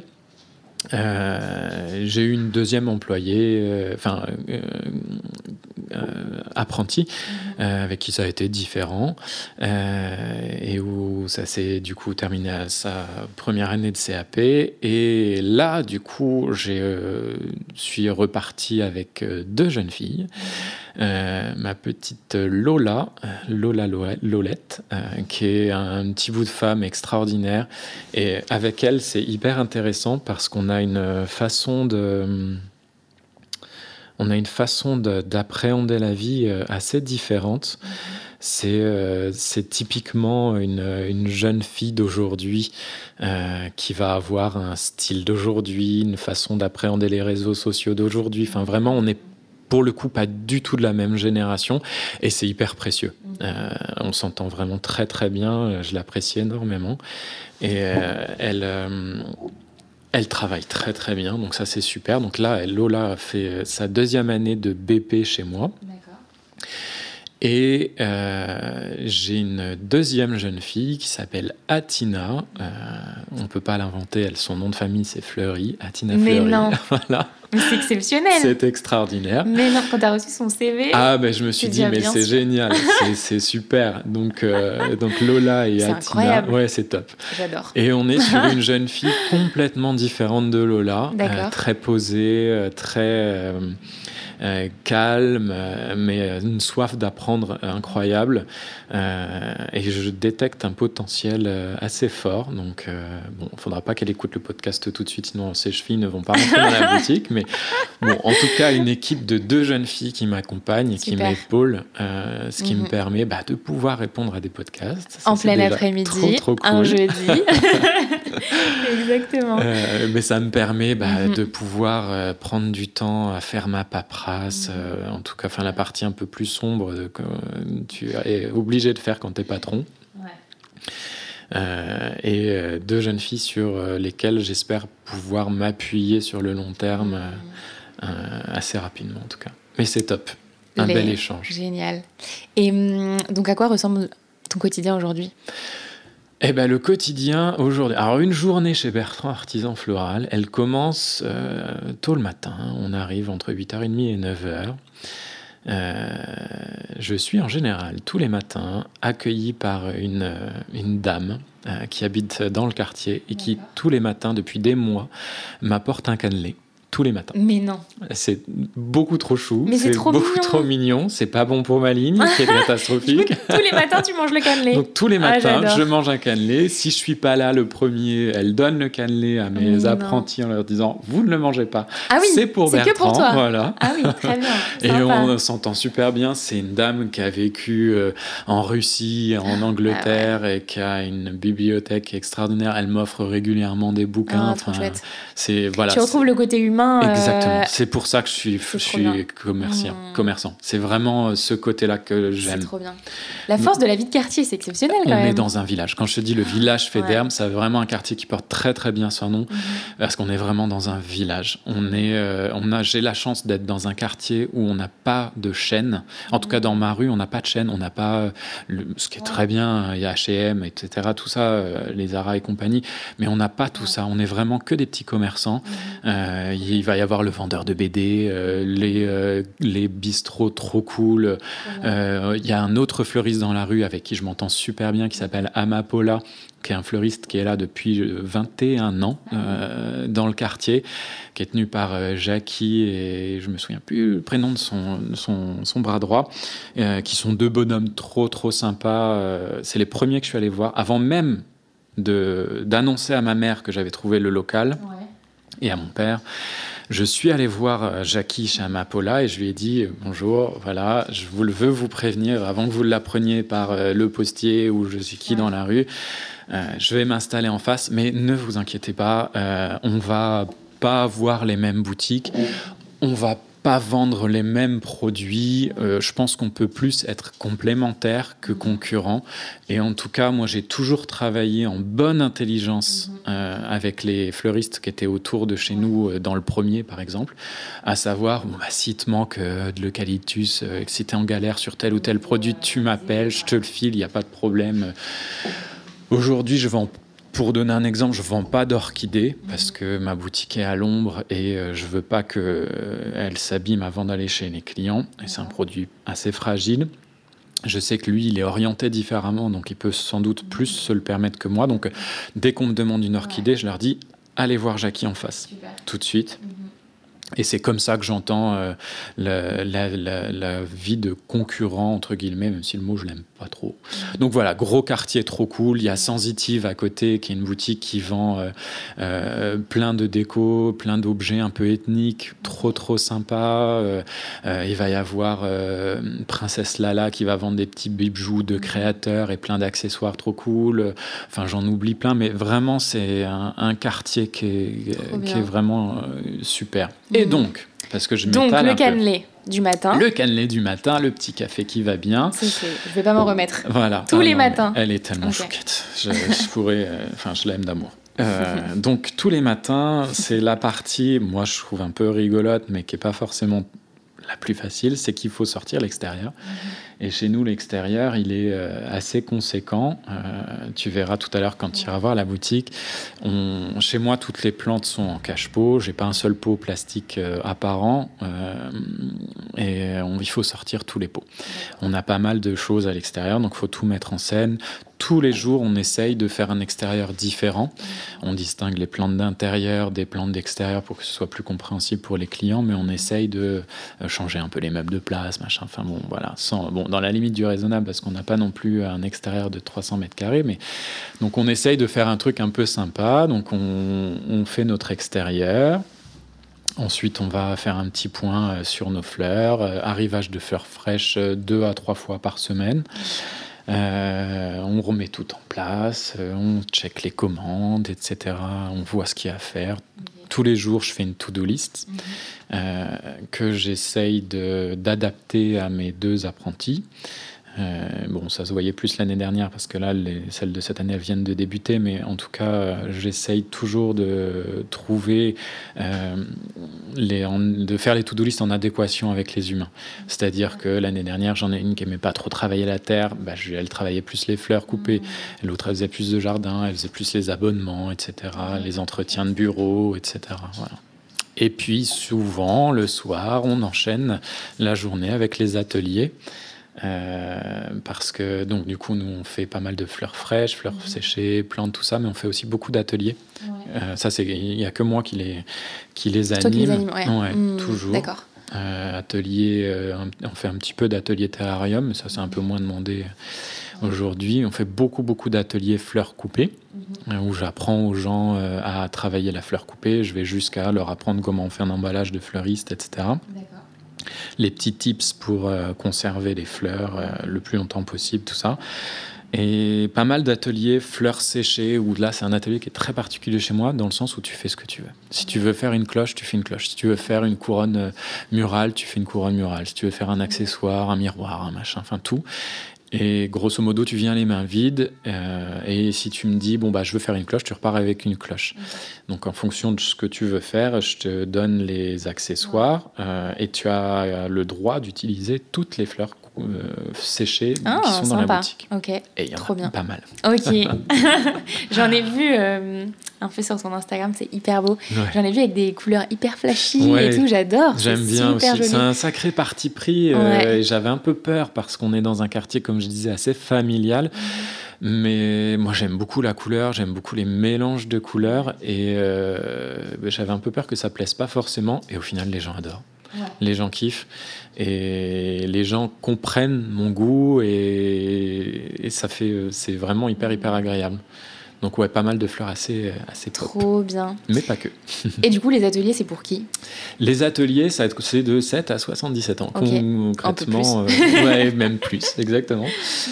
Euh, j'ai eu une deuxième employée, enfin euh, euh, euh, apprenti, euh, avec qui ça a été différent euh, et où ça s'est du coup terminé à sa première année de C A P. Et là, du coup, je euh, suis reparti avec deux jeunes filles. Euh, ma petite Lola, Lola Lolette, euh, qui est un petit bout de femme extraordinaire. Et avec elle, c'est hyper intéressant parce qu'on a une façon de, on a une façon de, d'appréhender la vie assez différente. Mmh. C'est, euh, c'est typiquement une, une jeune fille d'aujourd'hui euh, qui va avoir un style d'aujourd'hui, une façon d'appréhender les réseaux sociaux d'aujourd'hui. Enfin, vraiment, on est pour le coup, pas du tout de la même génération, et c'est hyper précieux. Euh, on s'entend vraiment très très bien, je l'apprécie énormément, et euh, elle, euh, elle travaille très très bien, donc ça c'est super. Donc là, Lola a fait sa deuxième année de B P chez moi. D'accord. Et euh, j'ai une deuxième jeune fille qui s'appelle Atina. Euh, on ne peut pas l'inventer, elle, son nom de famille c'est Fleury, Atina Mais Fleury. non. Voilà. Mais c'est exceptionnel. C'est extraordinaire. Mais non, quand tu as reçu son C V. Ah, ben je me suis dit, mais c'est sûr. Génial, c'est, c'est super. Donc, euh, donc Lola et c'est Atina. Incroyable. Ouais, c'est top. J'adore. Et on est sur une jeune fille complètement différente de Lola. D'accord. Euh, très posée, euh, très. Euh, Euh, calme, euh, mais une soif d'apprendre incroyable. Euh, et je détecte un potentiel euh, assez fort. Donc, euh, bon, il ne faudra pas qu'elle écoute le podcast tout de suite, sinon ses chevilles ne vont pas rentrer dans la boutique. Mais bon, en tout cas, une équipe de deux jeunes filles qui m'accompagnent et qui Super. m'épaulent, euh, ce qui mm-hmm. me permet bah, de pouvoir répondre à des podcasts. Ça, en plein après-midi, trop, trop cool. un jeudi. Exactement. Euh, mais ça me permet bah, mm-hmm. de pouvoir euh, prendre du temps à faire ma paperasse. Euh, en tout cas, enfin, la partie un peu plus sombre de, que tu es obligé de faire quand tu es patron. Ouais. Euh, et euh, deux jeunes filles sur euh, lesquelles j'espère pouvoir m'appuyer sur le long terme euh, euh, assez rapidement, en tout cas. Mais c'est top. Un Les... bel échange. Génial. Et hum, donc, à quoi ressemble ton quotidien aujourd'hui ? Eh ben, le quotidien aujourd'hui. Alors, une journée chez Bertrand Artisan Floral, elle commence euh, tôt le matin. On arrive entre huit heures trente et neuf heures. Euh, je suis en général tous les matins accueilli par une, une dame euh, qui habite dans le quartier et qui, tous les matins, depuis des mois, m'apporte un cannelé. Tous les matins. Mais non. C'est beaucoup trop chou. Mais c'est, c'est trop beaucoup mignon. trop mignon. C'est pas bon pour ma ligne, qui est catastrophique. Tous les matins, tu manges le cannelé. Donc tous les matins, ah, je mange un cannelé. Si je suis pas là le premier, elle donne le cannelé à mes non. apprentis en leur disant vous ne le mangez pas. Ah oui, c'est pour c'est Bertrand. Que pour toi. Voilà. Ah oui, très bien. Et sympa. on s'entend super bien. C'est une dame qui a vécu euh, en Russie, en Angleterre ah ouais. et qui a une bibliothèque extraordinaire. Elle m'offre régulièrement des bouquins. Ah, enfin, chouette. C'est voilà. Tu retrouves le côté humain. Exactement. Euh... C'est pour ça que je suis, je suis commerçant, mmh. commerçant. C'est vraiment ce côté-là que j'aime. C'est trop bien. La force de la vie de quartier, c'est exceptionnel quand on même. On est dans un village. Quand je te dis le village Fédhermes, ouais. c'est vraiment un quartier qui porte très très bien son nom, mmh. parce qu'on est vraiment dans un village. On est, euh, on a, j'ai la chance d'être dans un quartier où on n'a pas de chaîne. En mmh. tout cas, dans ma rue, on n'a pas de chaîne. On n'a pas, le, ce qui est ouais. très bien, il y a H et M, et cetera. Tout ça, euh, les Zara et compagnie. Mais on n'a pas tout ouais. ça. On est vraiment que des petits commerçants. Il mmh. euh, il va y avoir le vendeur de B D, euh, les, euh, les bistrots trop cool. Il euh, y a un autre fleuriste dans la rue avec qui je m'entends super bien, qui s'appelle Amapola, qui est un fleuriste qui est là depuis vingt et un ans euh, dans le quartier, qui est tenu par euh, Jackie et je me souviens plus le prénom de son, son, son bras droit, euh, qui sont deux bonhommes trop trop sympas. Euh, c'est les premiers que je suis allé voir avant même de, d'annoncer à ma mère que j'avais trouvé le local ouais. et à mon père. Je suis allé voir Jackie chez Amapola et je lui ai dit « Bonjour, voilà, je vous le veux vous prévenir avant que vous l'appreniez par euh, le postier ou je sais qui ouais. dans la rue. Euh, je vais m'installer en face, mais ne vous inquiétez pas, euh, on va pas avoir les mêmes boutiques, on va pas vendre les mêmes produits. Euh, je pense qu'on peut plus être complémentaires que concurrents. Et en tout cas, moi, j'ai toujours travaillé en bonne intelligence euh, avec les fleuristes qui étaient autour de chez nous, euh, dans le premier, par exemple, à savoir, bon, bah, si te manque euh, de l'eucalyptus, euh, si tu es en galère sur tel ou tel produit, tu m'appelles, je te le file, il n'y a pas de problème. Aujourd'hui, je vends, pour donner un exemple, je ne vends pas d'orchidées parce que ma boutique est à l'ombre et euh, je ne veux pas qu'elle euh, s'abîme avant d'aller chez les clients. Et c'est un produit assez fragile. Je sais que lui, il est orienté différemment, donc il peut sans doute plus se le permettre que moi. Donc, dès qu'on me demande une orchidée, je leur dis « Allez voir Jackie en face, Super. Tout de suite. Mm-hmm. » Et c'est comme ça que j'entends euh, la, la, la, la vie de concurrent, entre guillemets, même si le mot, je l'aime pas trop. Donc voilà, gros quartier trop cool. Il y a Sensitive à côté, qui est une boutique qui vend euh, euh, plein de déco, plein d'objets un peu ethniques, trop, trop sympa. Euh, euh, il va y avoir euh, Princesse Lala qui va vendre des petits bijoux de créateurs et plein d'accessoires trop cool. Enfin, j'en oublie plein, mais vraiment, c'est un, un quartier qui est, qui est vraiment euh, super. Et donc, parce que je donc le cannelé du matin. Le cannelé du matin, le petit café qui va bien. C'est, c'est, je vais pas m'en remettre. Voilà. Tous ah les non, matins. Elle est tellement okay. chouquette. Je, je pourrais, enfin, euh, je l'aime d'amour. Euh, donc tous les matins, c'est la partie, moi je trouve un peu rigolote, mais qui est pas forcément la plus facile, c'est qu'il faut sortir l'extérieur. Mm-hmm. Et chez nous, l'extérieur, il est euh, assez conséquent. Euh, tu verras tout à l'heure quand tu iras voir la boutique. On, chez moi, toutes les plantes sont en cache-pot. J'ai pas un seul pot plastique euh, apparent. Euh, et on, il faut sortir tous les pots. On a pas mal de choses à l'extérieur, donc il faut tout mettre en scène. Tous les jours, on essaye de faire un extérieur différent. On distingue les plantes d'intérieur des plantes d'extérieur pour que ce soit plus compréhensible pour les clients, mais on essaye de changer un peu les meubles de place, machin. Enfin bon, voilà, sans, bon, dans la limite du raisonnable, parce qu'on n'a pas non plus un extérieur de trois cents mètres carrés, mais donc on essaye de faire un truc un peu sympa. Donc on, on fait notre extérieur. Ensuite, on va faire un petit point sur nos fleurs. Arrivage de fleurs fraîches deux à trois fois par semaine. Euh, on remet tout en place, euh, on check les commandes, et cetera. On voit ce qu'il y a à faire. Okay. Tous les jours, je fais une to-do list mm-hmm. euh, que j'essaye de, d'adapter à mes deux apprentis. Euh, bon, ça se voyait plus l'année dernière parce que là, les, celles de cette année, elles viennent de débuter, mais en tout cas, euh, j'essaye toujours de trouver, euh, les, en, de faire les to-do list en adéquation avec les humains. C'est-à-dire que l'année dernière, j'en ai une qui n'aimait pas trop travailler la terre, bah, je, elle travaillait plus les fleurs coupées, l'autre, elle faisait plus de jardin, elle faisait plus les abonnements, et cetera, les entretiens de bureau, et cetera. Voilà. Et puis, souvent, le soir, on enchaîne la journée avec les ateliers. Euh, parce que donc du coup nous on fait pas mal de fleurs fraîches, fleurs mmh. séchées, plantes, tout ça, mais on fait aussi beaucoup d'ateliers. Ouais. Euh, ça c'est il y a que moi qui les qui les anime. Toi qui les anime, ouais. Ouais, mmh. toujours. D'accord. Euh, atelier, euh, on fait un petit peu d'atelier terrarium, mais ça c'est un peu moins demandé ouais. aujourd'hui. On fait beaucoup beaucoup d'ateliers fleurs coupées, mmh. euh, où j'apprends aux gens euh, à travailler la fleur coupée. Je vais jusqu'à leur apprendre comment on fait un emballage de fleuriste, et cetera. D'accord. Les petits tips pour euh, conserver les fleurs euh, le plus longtemps possible, tout ça. Et pas mal d'ateliers fleurs séchées, où là, c'est un atelier qui est très particulier chez moi, dans le sens où tu fais ce que tu veux. Si tu veux faire une cloche, tu fais une cloche. Si tu veux faire une couronne euh, murale, tu fais une couronne murale. Si tu veux faire un accessoire, un miroir, un machin, enfin tout. Et grosso modo, tu viens les mains vides. Euh, et si tu me dis, bon, bah, je veux faire une cloche, tu repars avec une cloche. Okay. Donc, en fonction de ce que tu veux faire, je te donne les accessoires. Ouais. Euh, et tu as le droit d'utiliser toutes les fleurs euh, séchées oh, qui sont sympa. Dans la boutique. Okay. Et il y en Trop a bien. pas mal. Ok. J'en ai vu... Euh... un peu sur ton Instagram, c'est hyper beau. Ouais. J'en ai vu avec des couleurs hyper flashy Ouais. et tout, j'adore. J'aime c'est bien super aussi. joli. C'est un sacré parti pris. Ouais. Euh, et j'avais un peu peur parce qu'on est dans un quartier, comme je disais, assez familial. Mmh. Mais moi, j'aime beaucoup la couleur, j'aime beaucoup les mélanges de couleurs. Et euh, bah, j'avais un peu peur que ça plaise pas forcément. Et au final, les gens adorent. Ouais. Les gens kiffent et les gens comprennent mon goût et, et ça fait, c'est vraiment hyper, hyper agréable. Donc ouais, pas mal de fleurs assez, assez pop. Trop bien. Mais pas que. Et du coup, les ateliers, c'est pour qui ? Les ateliers, ça, c'est de sept à soixante-dix-sept ans. Okay. Concrètement, un peu plus. Euh, ouais, même plus, exactement.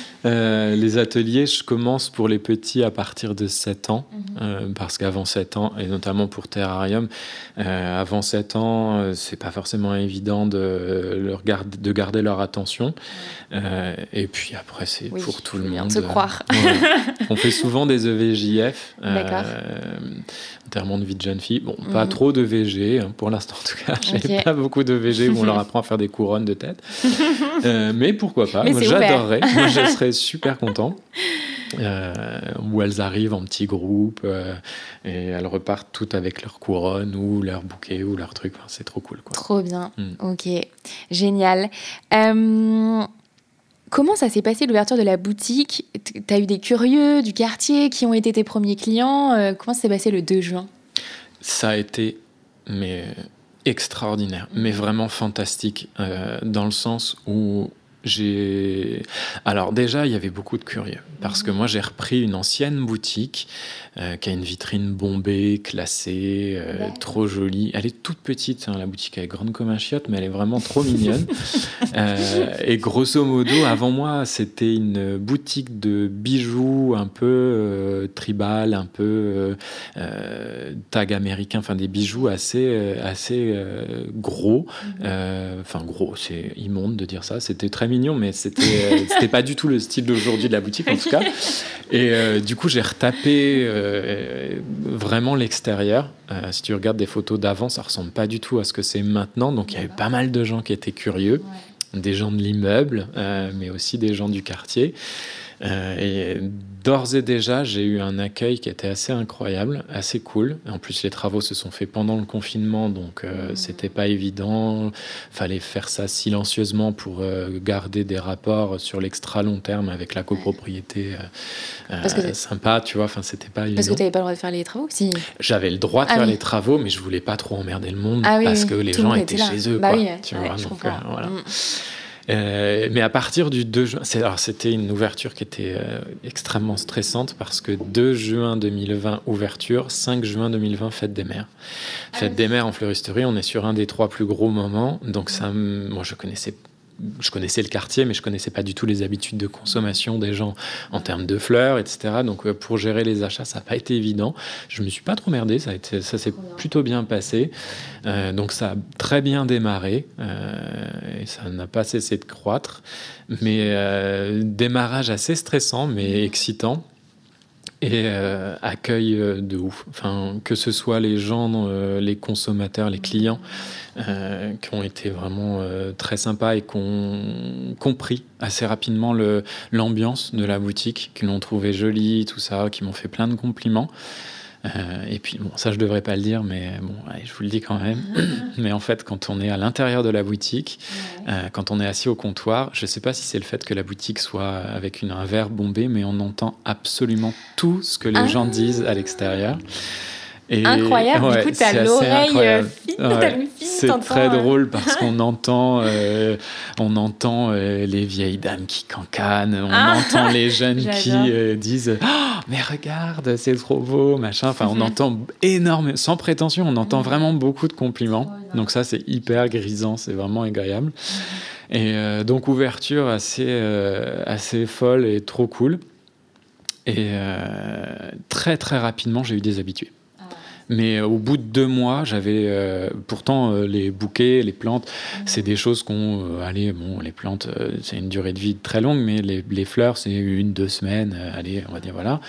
Euh, les ateliers, je commence pour les petits à partir de sept ans, mm-hmm. euh, parce qu'avant sept ans, et notamment pour Terrarium, euh, avant sept ans, euh, c'est pas forcément évident de, leur garder, de garder leur attention. Euh, et puis après, c'est oui, pour tout le monde. Se croire. Ouais. On fait souvent des E V J F, euh, enterrement de vie de jeune fille. Bon, mm-hmm. pas trop de V G, hein, pour l'instant en tout cas. J'ai okay. pas beaucoup de V G où on leur apprend à faire des couronnes de tête. euh, mais pourquoi pas ? Mais Moi, j'adorerais. Moi, je serais super content. Euh, où elles arrivent en petits groupes euh, et elles repartent toutes avec leur couronne ou leur bouquet ou leur truc. Enfin, c'est trop cool, quoi. Trop bien. Mm. Ok, génial. Euh... Comment ça s'est passé l'ouverture de la boutique ? Tu as eu des curieux du quartier qui ont été tes premiers clients. Euh, comment ça s'est passé le deux juin ? Ça a été mais, extraordinaire, mmh. mais vraiment fantastique, euh, dans le sens où j'ai... Alors déjà, il y avait beaucoup de curieux, parce que moi, j'ai repris une ancienne boutique euh, qui a une vitrine bombée, classée, euh, ouais. trop jolie. Elle est toute petite, hein, la boutique, elle est grande comme un chiotte, mais elle est vraiment trop mignonne. euh, et grosso modo, avant moi, c'était une boutique de bijoux un peu euh, tribal, un peu euh, tag américain, enfin des bijoux assez, assez euh, gros. Enfin, euh, gros, c'est immonde de dire ça. C'était très mignon, mais c'était, euh, c'était pas du tout le style d'aujourd'hui de la boutique, en tout cas. Et euh, du coup, j'ai retapé euh, vraiment l'extérieur. Euh, si tu regardes des photos d'avant, ça ressemble pas du tout à ce que c'est maintenant. Donc, il y avait pas mal de gens qui étaient curieux, ouais. des gens de l'immeuble, euh, mais aussi des gens du quartier. Euh, et d'ores et déjà, j'ai eu un accueil qui était assez incroyable, assez cool. En plus, les travaux se sont faits pendant le confinement, donc euh, mmh. c'était pas évident. Fallait faire ça silencieusement pour euh, garder des rapports sur l'extra long terme avec la copropriété euh, Parce que sympa, tu vois. Enfin, c'était pas évident. Parce que t'avais pas le droit de faire les travaux, si. J'avais le droit de ah, faire oui. les travaux, mais je voulais pas trop emmerder le monde ah, oui, parce oui. que les Tout gens étaient chez eux, bah, quoi. Oui, tu ouais, vois, je donc euh, voilà. Mmh. Euh, mais à partir du deux juin, c'est, alors c'était une ouverture qui était euh, extrêmement stressante parce que deux juin deux mille vingt, ouverture, cinq juin deux mille vingt, fête des mères. Fête ah, des mères en fleuristerie, on est sur un des trois plus gros moments. Donc ça, moi je connaissais Je connaissais le quartier, mais je connaissais pas du tout les habitudes de consommation des gens en termes de fleurs, et cetera. Donc, euh, pour gérer les achats, ça n'a pas été évident. Je me suis pas trop merdé, ça, a été, ça s'est plutôt bien passé. Euh, donc, ça a très bien démarré euh, et ça n'a pas cessé de croître. Mais euh, démarrage assez stressant, mais excitant. Et euh, accueil de ouf. Enfin, que ce soit les gens, euh, les consommateurs, les clients, euh, qui ont été vraiment euh, très sympas et qui ont compris assez rapidement le, l'ambiance de la boutique, qui l'ont trouvé jolie, tout ça, qui m'ont fait plein de compliments. Euh, et puis, bon, ça, je devrais pas le dire, mais bon, allez, je vous le dis quand même. Mais en fait, quand on est à l'intérieur de la boutique, ouais. euh, quand on est assis au comptoir, je sais pas si c'est le fait que la boutique soit avec une, un verre bombé, mais on entend absolument tout ce que les ah. gens disent à l'extérieur. Et incroyable, ouais, du coup, t'as l'oreille fine, ouais, t'as une fine, c'est t'entends, très euh... drôle parce qu'on entend, euh, on entend euh, les vieilles dames qui cancanent, on ah, entend les jeunes j'adore. qui euh, disent oh, mais regarde, c'est trop beau, machin. Enfin, mm-hmm. on entend énormément, sans prétention, on entend mm-hmm. vraiment beaucoup de compliments. Oh, donc ça, c'est hyper grisant, c'est vraiment agréable. Mm-hmm. Et euh, donc ouverture assez, euh, assez folle et trop cool. Et euh, très très rapidement, j'ai eu des habitués. Mais au bout de deux mois, j'avais euh, pourtant euh, les bouquets, les plantes, mmh. c'est des choses qu'on, euh, allez, bon, les plantes, euh, c'est une durée de vie très longue, mais les, les fleurs, c'est une, deux semaines, euh, allez, on va dire voilà.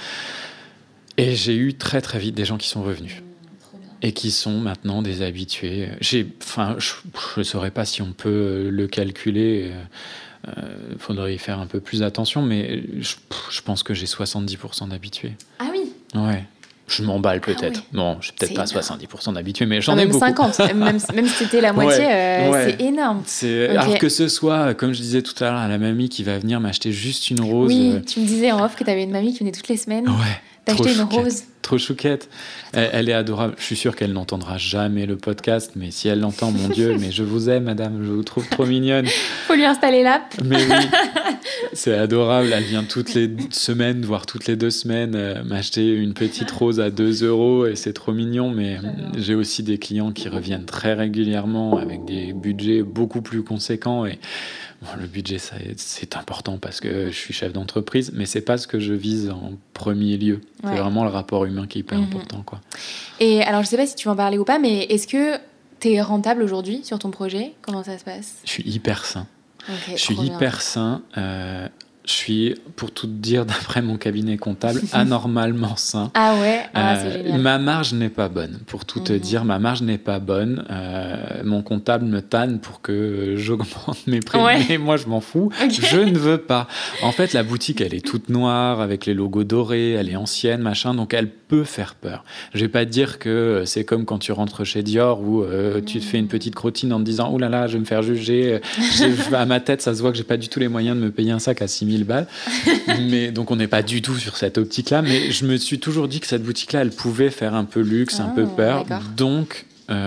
Et j'ai eu très très vite des gens qui sont revenus mmh, et qui sont maintenant des habitués. J'ai, enfin, je ne saurais pas si on peut le calculer. Il euh, faudrait y faire un peu plus attention, mais je, je pense que j'ai soixante-dix pour cent d'habitués. Ah oui. Ouais. Je m'emballe peut-être. Ah ouais. Non, je suis peut-être C'est pas énorme. soixante-dix pour cent d'habitué, mais j'en Ah, ai même beaucoup. cinquante, même, même si c'était la moitié, Ouais, euh, ouais. c'est énorme. C'est... Ok. Alors que ce soit, comme je disais tout à l'heure, à la mamie qui va venir m'acheter juste une rose. Oui, euh, tu me disais en off que tu avais une mamie qui venait toutes les semaines Ouais. Trop t'acheter une chouquette. rose. Trop chouquette. Elle, elle est adorable. Je suis sûr qu'elle n'entendra jamais le podcast, mais si elle l'entend, mon Dieu, mais je vous aime, madame, je vous trouve trop mignonne. Faut lui installer l'app. Mais oui, c'est adorable. Elle vient toutes les semaines, voire toutes les deux semaines, euh, m'acheter une petite rose à deux euros et c'est trop mignon. Mais euh, j'ai aussi des clients qui reviennent très régulièrement avec des budgets beaucoup plus conséquents. Et bon, le budget, ça, c'est important parce que je suis chef d'entreprise, mais c'est pas ce que je vise en premier lieu. Ouais. C'est vraiment le rapport humain qui est hyper Mhm. important, quoi. Et alors, je sais pas si tu veux en parler ou pas, mais est-ce que tu es rentable aujourd'hui sur ton projet ? Comment ça se passe ? Je suis hyper sain. Ok, Je suis trop bien. hyper sain. Euh, je suis, pour tout te dire, d'après mon cabinet comptable, anormalement sain. Ah ouais, ah, Euh, c'est génial. ma marge n'est pas bonne. Pour tout te Mhm. dire, ma marge n'est pas bonne. Euh, mon comptable me tanne pour que j'augmente mes prix. Ouais. Mais moi, je m'en fous. Ok. Je ne veux pas. En fait, la boutique, elle est toute noire, avec les logos dorés. Elle est ancienne, machin. Donc, elle peut faire peur. Je vais pas te dire que c'est comme quand tu rentres chez Dior où euh, tu te fais une petite crottine en te disant « Oh là là, je vais me faire juger. » J'ai- À ma tête, ça se voit que j'ai pas du tout les moyens de me payer un sac à six mille balles. Mais donc on n'est pas du tout sur cette optique-là, mais je me suis toujours dit que cette boutique-là, elle pouvait faire un peu luxe, un Ah, peu peur. d'accord. Donc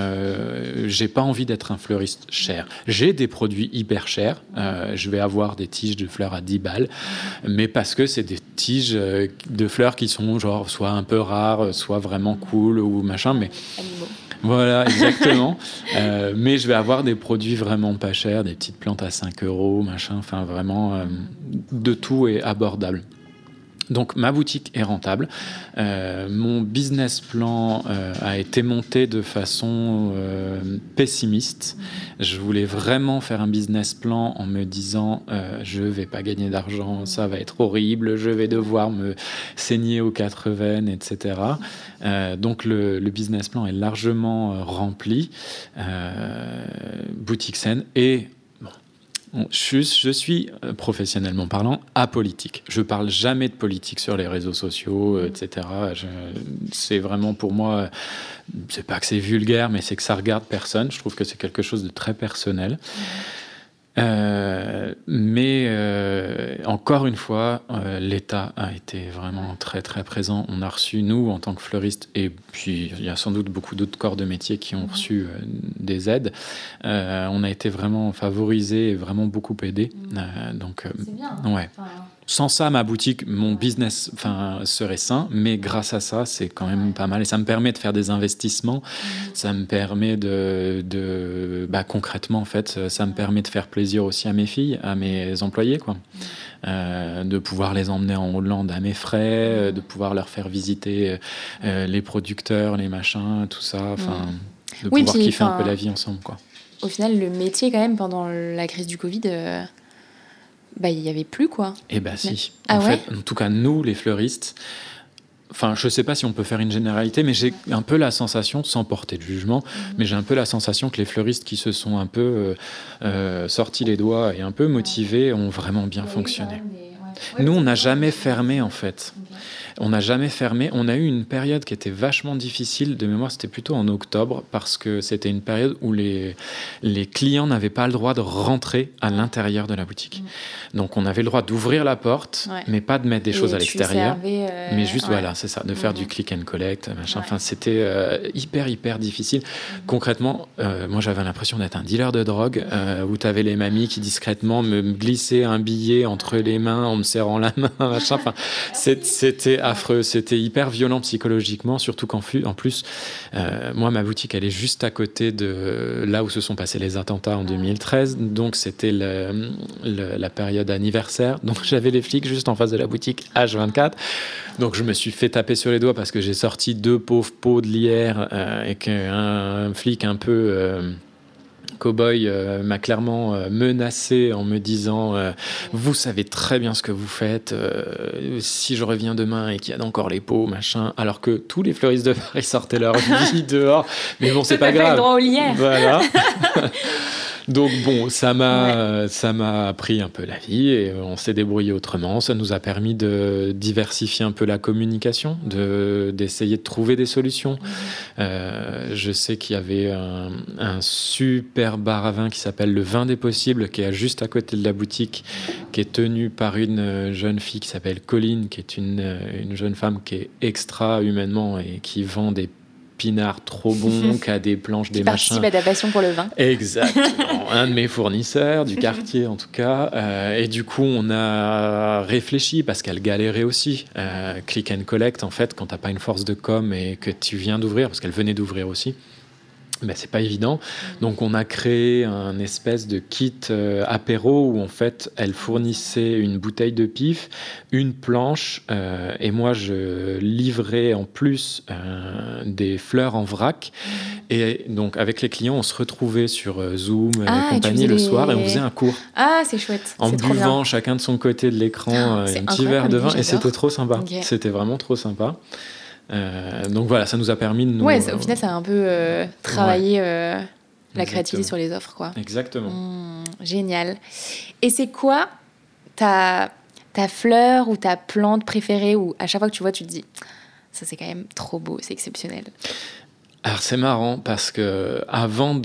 euh, j'ai pas envie d'être un fleuriste cher. J'ai des produits hyper chers. Euh, je vais avoir des tiges de fleurs à dix balles, mais parce que c'est des tiges euh, de fleurs qui sont genre soit un peu rares, soit vraiment cool ou machin. Mais Animaux. voilà, exactement. Euh, mais je vais avoir des produits vraiment pas chers, des petites plantes à cinq euros, machin, enfin vraiment, euh, de tout est abordable. Donc ma boutique est rentable. Euh, mon business plan euh, a été monté de façon euh, pessimiste. Je voulais vraiment faire un business plan en me disant euh, je vais pas gagner d'argent, ça va être horrible, je vais devoir me saigner aux quatre veines, et cetera. Euh, donc le, le business plan est largement euh, rempli. Euh, boutique saine et Je, je suis, professionnellement parlant, apolitique. Je parle jamais de politique sur les réseaux sociaux, et cetera. Je, c'est vraiment pour moi, c'est pas que c'est vulgaire, mais c'est que ça regarde personne. Je trouve que c'est quelque chose de très personnel. Euh, mais euh, encore une fois, euh, l'État a été vraiment très très présent. On a reçu, nous, en tant que fleuristes, et puis il y a sans doute beaucoup d'autres corps de métier qui ont reçu euh, des aides. Euh, on a été vraiment favorisés et vraiment beaucoup aidés. Euh, donc, euh, C'est bien. ouais. Enfin, Sans ça, ma boutique, mon business, enfin, serait sain, mais grâce à ça, c'est quand même pas mal. Et ça me permet de faire des investissements. Mmh. Ça me permet de, de bah, concrètement, en fait, ça me permet de faire plaisir aussi à mes filles, à mes employés, quoi. Mmh. Euh, de pouvoir les emmener en Hollande à mes frais, mmh. de pouvoir leur faire visiter euh, les producteurs, les machins, tout ça. Enfin, mmh. de oui, pouvoir puis, kiffer fin, un peu la vie ensemble, quoi. Au final, le métier, quand même, pendant la crise du Covid... Euh... Bah, il n'y avait plus, quoi. Eh bien, si. Ah en ouais fait, en tout cas, nous, les fleuristes, enfin, je ne sais pas si on peut faire une généralité, mais j'ai un peu la sensation, sans porter de jugement, mmh. mais j'ai un peu la sensation que les fleuristes qui se sont un peu euh, euh, sortis les doigts et un peu motivés ont vraiment bien fonctionné. Nous, on n'a jamais fermé, en fait. Okay. On n'a jamais fermé. On a eu une période qui était vachement difficile. De mémoire, c'était plutôt en octobre, parce que c'était une période où les, les clients n'avaient pas le droit de rentrer à l'intérieur de la boutique. Mmh. Donc, on avait le droit d'ouvrir la porte, ouais. mais pas de mettre des et choses à l'extérieur. Servais, euh... Mais juste, ouais. voilà, c'est ça, de faire mmh. du click and collect, machin. Ouais. Enfin, c'était euh, hyper, hyper difficile. Mmh. Concrètement, euh, moi, j'avais l'impression d'être un dealer de drogue, euh, où tu avais les mamies qui, discrètement, me glissaient un billet entre les mains en me serrant la main, machin. Enfin, c'était affreux, c'était hyper violent psychologiquement, surtout qu'en en plus, euh, moi, ma boutique, elle est juste à côté de là où se sont passés les attentats en deux mille treize, donc c'était le, le, la période anniversaire, donc j'avais les flics juste en face de la boutique H vingt-quatre, donc je me suis fait taper sur les doigts parce que j'ai sorti deux pauvres pots de lierre euh, et qu'un un flic un peu... Euh, Cowboy euh, m'a clairement euh, menacé en me disant euh, « Vous savez très bien ce que vous faites. Euh, si je reviens demain et qu'il y a encore les pots, machin. » Alors que tous les fleuristes de Paris sortaient leur vie dehors. Mais bon, c'est pas grave. Pas le droit aux lierres. Voilà. Donc bon, ça m'a, Ouais. ça m'a appris un peu la vie et on s'est débrouillé autrement. Ça nous a permis de diversifier un peu la communication, de, d'essayer de trouver des solutions. Euh, je sais qu'il y avait un, un super bar à vin qui s'appelle Le Vin des Possibles, qui est juste à côté de la boutique, qui est tenu par une jeune fille qui s'appelle Colline, qui est une, une jeune femme qui est extra humainement et qui vend des pinards trop bons, qui a des planches, Qui des participe machins. à ta passion pour le vin. Exactement, un de mes fournisseurs du quartier en tout cas. Euh, et du coup, on a réfléchi parce qu'elle galérait aussi. Euh, click and collect, en fait, quand t'as pas une force de com et que tu viens d'ouvrir, parce qu'elle venait d'ouvrir aussi. Ben, c'est pas évident. Donc, on a créé un espèce de kit euh, apéro où, en fait, elle fournissait une bouteille de pif, une planche, euh, et moi, je livrais en plus euh, des fleurs en vrac. Et donc, avec les clients, on se retrouvait sur euh, Zoom Ah, et et tu compagnie faisais le les- soir et on faisait un cours Ah, c'est chouette. en C'est trop bien. buvant chacun de son côté de l'écran euh, c'est un petit incroyable verre de comme vin. idée, Et j'adore. c'était trop sympa. Ok. C'était vraiment trop sympa. Euh, donc voilà, ça nous a permis de nous... Ouais, ça- au final, ça a un peu euh, travaillé euh, la créativité Exactement. sur les offres, quoi. Exactement. Mmh, génial. Et c'est quoi ta, ta fleur ou ta plante préférée où à chaque fois que tu vois, tu te dis ça, c'est quand même trop beau, c'est exceptionnel. Alors c'est marrant parce que avant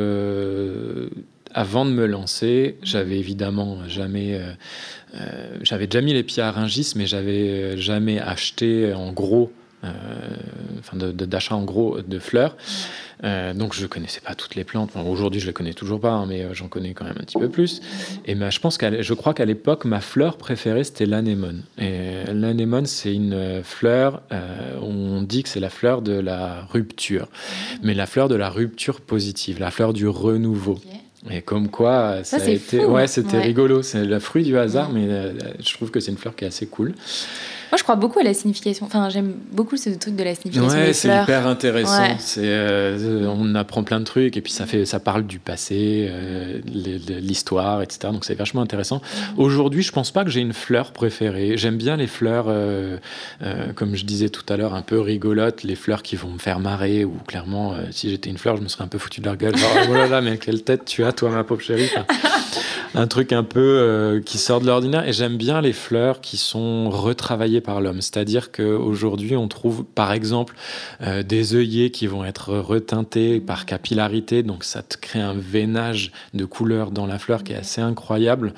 de, avant de me lancer, j'avais évidemment jamais, euh, euh, j'avais déjà mis les pieds à Rungis, mais j'avais jamais acheté en gros, euh, enfin de, de- d'achat en gros de fleurs. Euh, donc je connaissais pas toutes les plantes. Enfin, aujourd'hui je les connais toujours pas, hein, mais euh, j'en connais quand même un petit peu plus. Et ben, je pense qu'à, l'é- je crois qu'à l'époque ma fleur préférée c'était l'anémone. Et l'anémone c'est une euh, fleur, euh, on dit que c'est la fleur de la rupture, mais la fleur de la rupture positive, la fleur du renouveau. Et comme quoi, ça, Ça, a c'est été, fou. ouais, c'était Ouais. rigolo. C'est le fruit du hasard, Ouais. mais euh, je trouve que c'est une fleur qui est assez cool. Moi, je crois beaucoup à la signification. Enfin, j'aime beaucoup ce truc de la signification Ouais, des c'est fleurs. hyper intéressant. Ouais. C'est, euh, on apprend plein de trucs et puis ça fait, ça parle du passé, euh, les- les- l'histoire, et cetera. Donc c'est vachement intéressant. Aujourd'hui, je pense pas que j'ai une fleur préférée. J'aime bien les fleurs, euh, euh, comme je disais tout à l'heure, un peu rigolotes, les fleurs qui vont me faire marrer. Ou clairement, euh, si j'étais une fleur, je me serais un peu foutu de leur gueule. Genre, oh là là, mais quelle tête tu as, toi, ma pauvre chérie. Enfin, un truc un peu euh, qui sort de l'ordinaire. Et j'aime bien les fleurs qui sont retravaillées par l'homme. C'est-à-dire qu'aujourd'hui, on trouve, par exemple, euh, des œillets qui vont être reteintés par capillarité. Donc, ça te crée un veinage de couleurs dans la fleur qui est assez incroyable.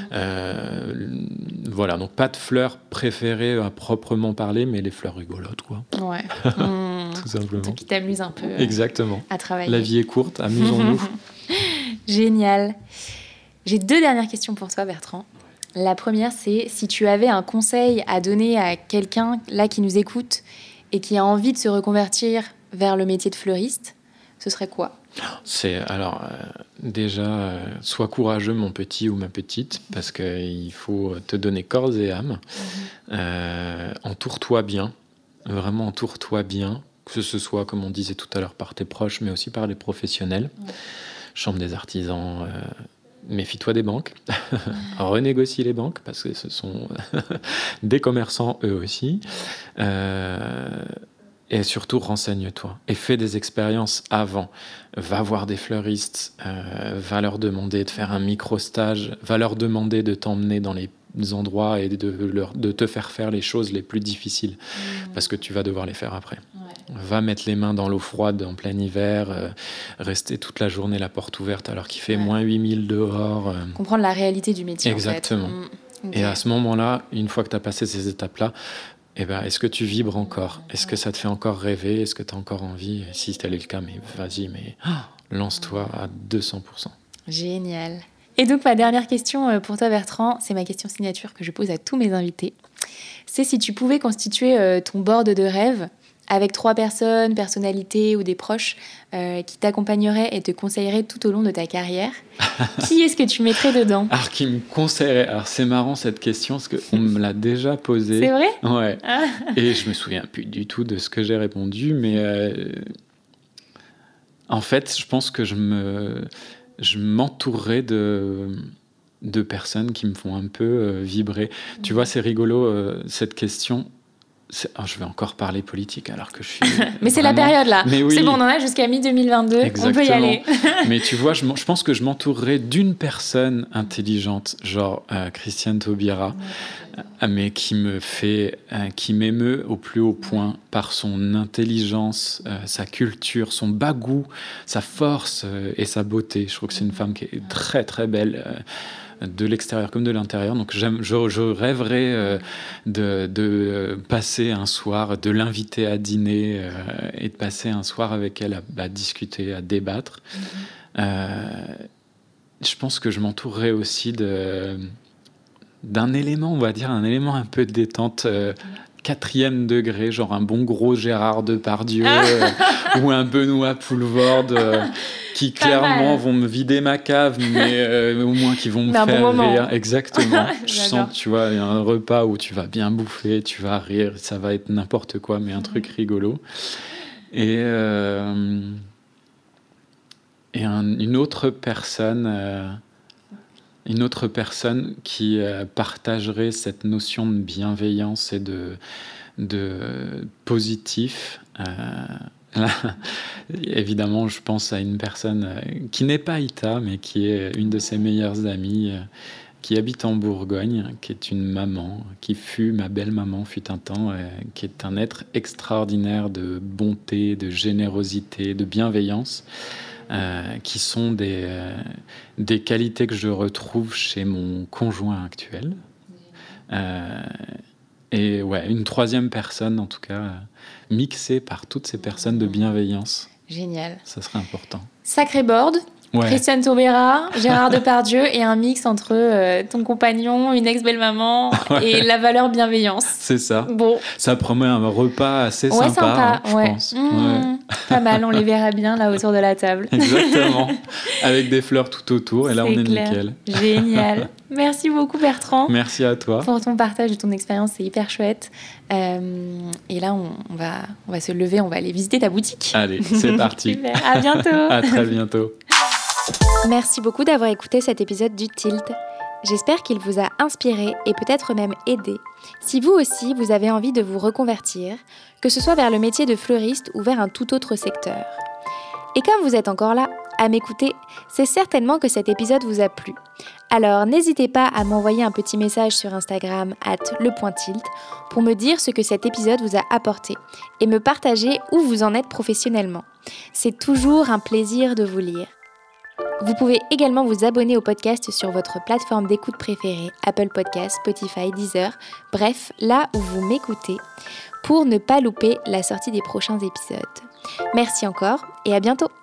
Euh, voilà, donc pas de fleurs préférées à proprement parler, mais les fleurs rigolotes, quoi. Ouais. Mmh. Tout Un simplement. truc qui t'amuse un peu euh, Exactement. à travailler. La vie est courte, amusons-nous. Génial. J'ai deux dernières questions pour toi, Bertrand. La première, c'est si tu avais un conseil à donner à quelqu'un là qui nous écoute et qui a envie de se reconvertir vers le métier de fleuriste, ce serait quoi ? C'est alors euh, déjà euh, sois courageux mon petit ou ma petite parce qu'il faut te donner corps et âme. Euh, entoure-toi bien, vraiment entoure-toi bien, que ce soit comme on disait tout à l'heure par tes proches, mais aussi par les professionnels. Ouais. Chambre des artisans. Euh, Méfie-toi des banques, renégocie les banques parce que ce sont des commerçants eux aussi. Euh, et surtout, renseigne-toi et fais des expériences avant. Va voir des fleuristes, euh, va leur demander de faire un micro-stage, va leur demander de t'emmener dans les endroits et de, leur, de te faire faire les choses les plus difficiles parce que tu vas devoir les faire après. Ouais. Va mettre les mains dans l'eau froide en plein hiver, euh, rester toute la journée la porte ouverte alors qu'il fait Ouais. moins huit mille dehors. euh. Comprendre la réalité du métier. Exactement. En fait. Mmh. Ok. Et à ce moment-là, une fois que tu as passé ces étapes-là, eh ben, est-ce que tu vibres encore ? Est-ce que ça te fait encore rêver ? Est-ce que tu as encore envie ? Et si tel est le cas, mais vas-y, mais ah, lance-toi à deux cents pour cent. Génial. Et donc, ma dernière question euh, pour toi, Bertrand, c'est ma question signature que je pose à tous mes invités. C'est si tu pouvais constituer euh, ton board de rêve avec trois personnes, personnalités ou des proches euh, qui t'accompagneraient et te conseilleraient tout au long de ta carrière, qui est-ce que tu mettrais dedans ? Alors, qui me conseillerait ? Alors, c'est marrant cette question parce qu'on me l'a déjà posée. C'est vrai ? Ouais. Ah. Et je me souviens plus du tout de ce que j'ai répondu, mais euh, en fait, je pense que je me, je m'entourerai de de personnes qui me font un peu euh, vibrer. Mmh. Tu vois, c'est rigolo euh, cette question. c'est, oh, je vais encore parler politique alors que je suis. Mais c'est vraiment... la période là. Mais oui. C'est bon, on en a jusqu'à mi deux mille vingt-deux. Exactement. On peut y aller. Mais tu vois, je, je pense que je m'entourerai d'une personne intelligente, genre euh, Christiane Taubira, euh, mais qui me fait, euh, qui m'émeut au plus haut point par son intelligence, euh, sa culture, son bagou, sa force euh, et sa beauté. Je trouve que c'est une femme qui est très très belle. Euh, de l'extérieur comme de l'intérieur. Donc j'aime, je, je rêverais euh, de, de passer un soir, de l'inviter à dîner euh, et de passer un soir avec elle à, à discuter, à débattre. Mm-hmm. Euh, je pense que je m'entourerais aussi de, d'un élément, on va dire, un élément un peu de détente, euh, quatrième degré, genre un bon gros Gérard Depardieu euh, ou un Benoît Poulvorde euh, qui clairement vont me vider ma cave, mais euh, au moins qui vont me mais faire bon rire. Exactement. Je sens que tu vois, il y a un repas où tu vas bien bouffer, tu vas rire, ça va être n'importe quoi, mais un mmh. truc rigolo. Et, euh, et un, une autre personne... Euh, Une autre personne qui euh, partagerait cette notion de bienveillance et de, de positif. Euh, là, évidemment, je pense à une personne euh, qui n'est pas Ita, mais qui est une de ses meilleures amies, euh, qui habite en Bourgogne, qui est une maman, qui fut ma belle-maman, fut un temps, euh, qui est un être extraordinaire de bonté, de générosité, de bienveillance. Euh, qui sont des, euh, des qualités que je retrouve chez mon conjoint actuel. Euh, et ouais, une troisième personne, en tout cas, euh, mixée par toutes ces personnes de bienveillance. Génial. Ça serait important. Sacré board. Ouais. Christiane Taubira, Gérard Depardieu et un mix entre euh, ton compagnon, une ex-belle-maman ouais. et la valeur bienveillance. C'est ça. Bon. Ça promet un repas assez ouais, sympa, sympa hein, je ouais. pense. Mmh, ouais. Pas mal, on les verra bien là autour de la table. Exactement. Avec des fleurs tout autour et là c'est on est clair. Nickel. Génial. Merci beaucoup Bertrand. Merci à toi. Pour ton partage de ton expérience, c'est hyper chouette. Euh, et là, on, on, va, on va se lever, on va aller visiter ta boutique. Allez, c'est parti. Super. À bientôt. À très bientôt. Merci beaucoup d'avoir écouté cet épisode du Tilt. J'espère qu'il vous a inspiré et peut-être même aidé. Si vous aussi, vous avez envie de vous reconvertir, que ce soit vers le métier de fleuriste ou vers un tout autre secteur. Et comme vous êtes encore là à m'écouter, c'est certainement que cet épisode vous a plu. Alors n'hésitez pas à m'envoyer un petit message sur Instagram arobase le point tilt pour me dire ce que cet épisode vous a apporté et me partager où vous en êtes professionnellement. C'est toujours un plaisir de vous lire. Vous pouvez également vous abonner au podcast sur votre plateforme d'écoute préférée, Apple Podcasts, Spotify, Deezer, bref, là où vous m'écoutez, pour ne pas louper la sortie des prochains épisodes. Merci encore et à bientôt!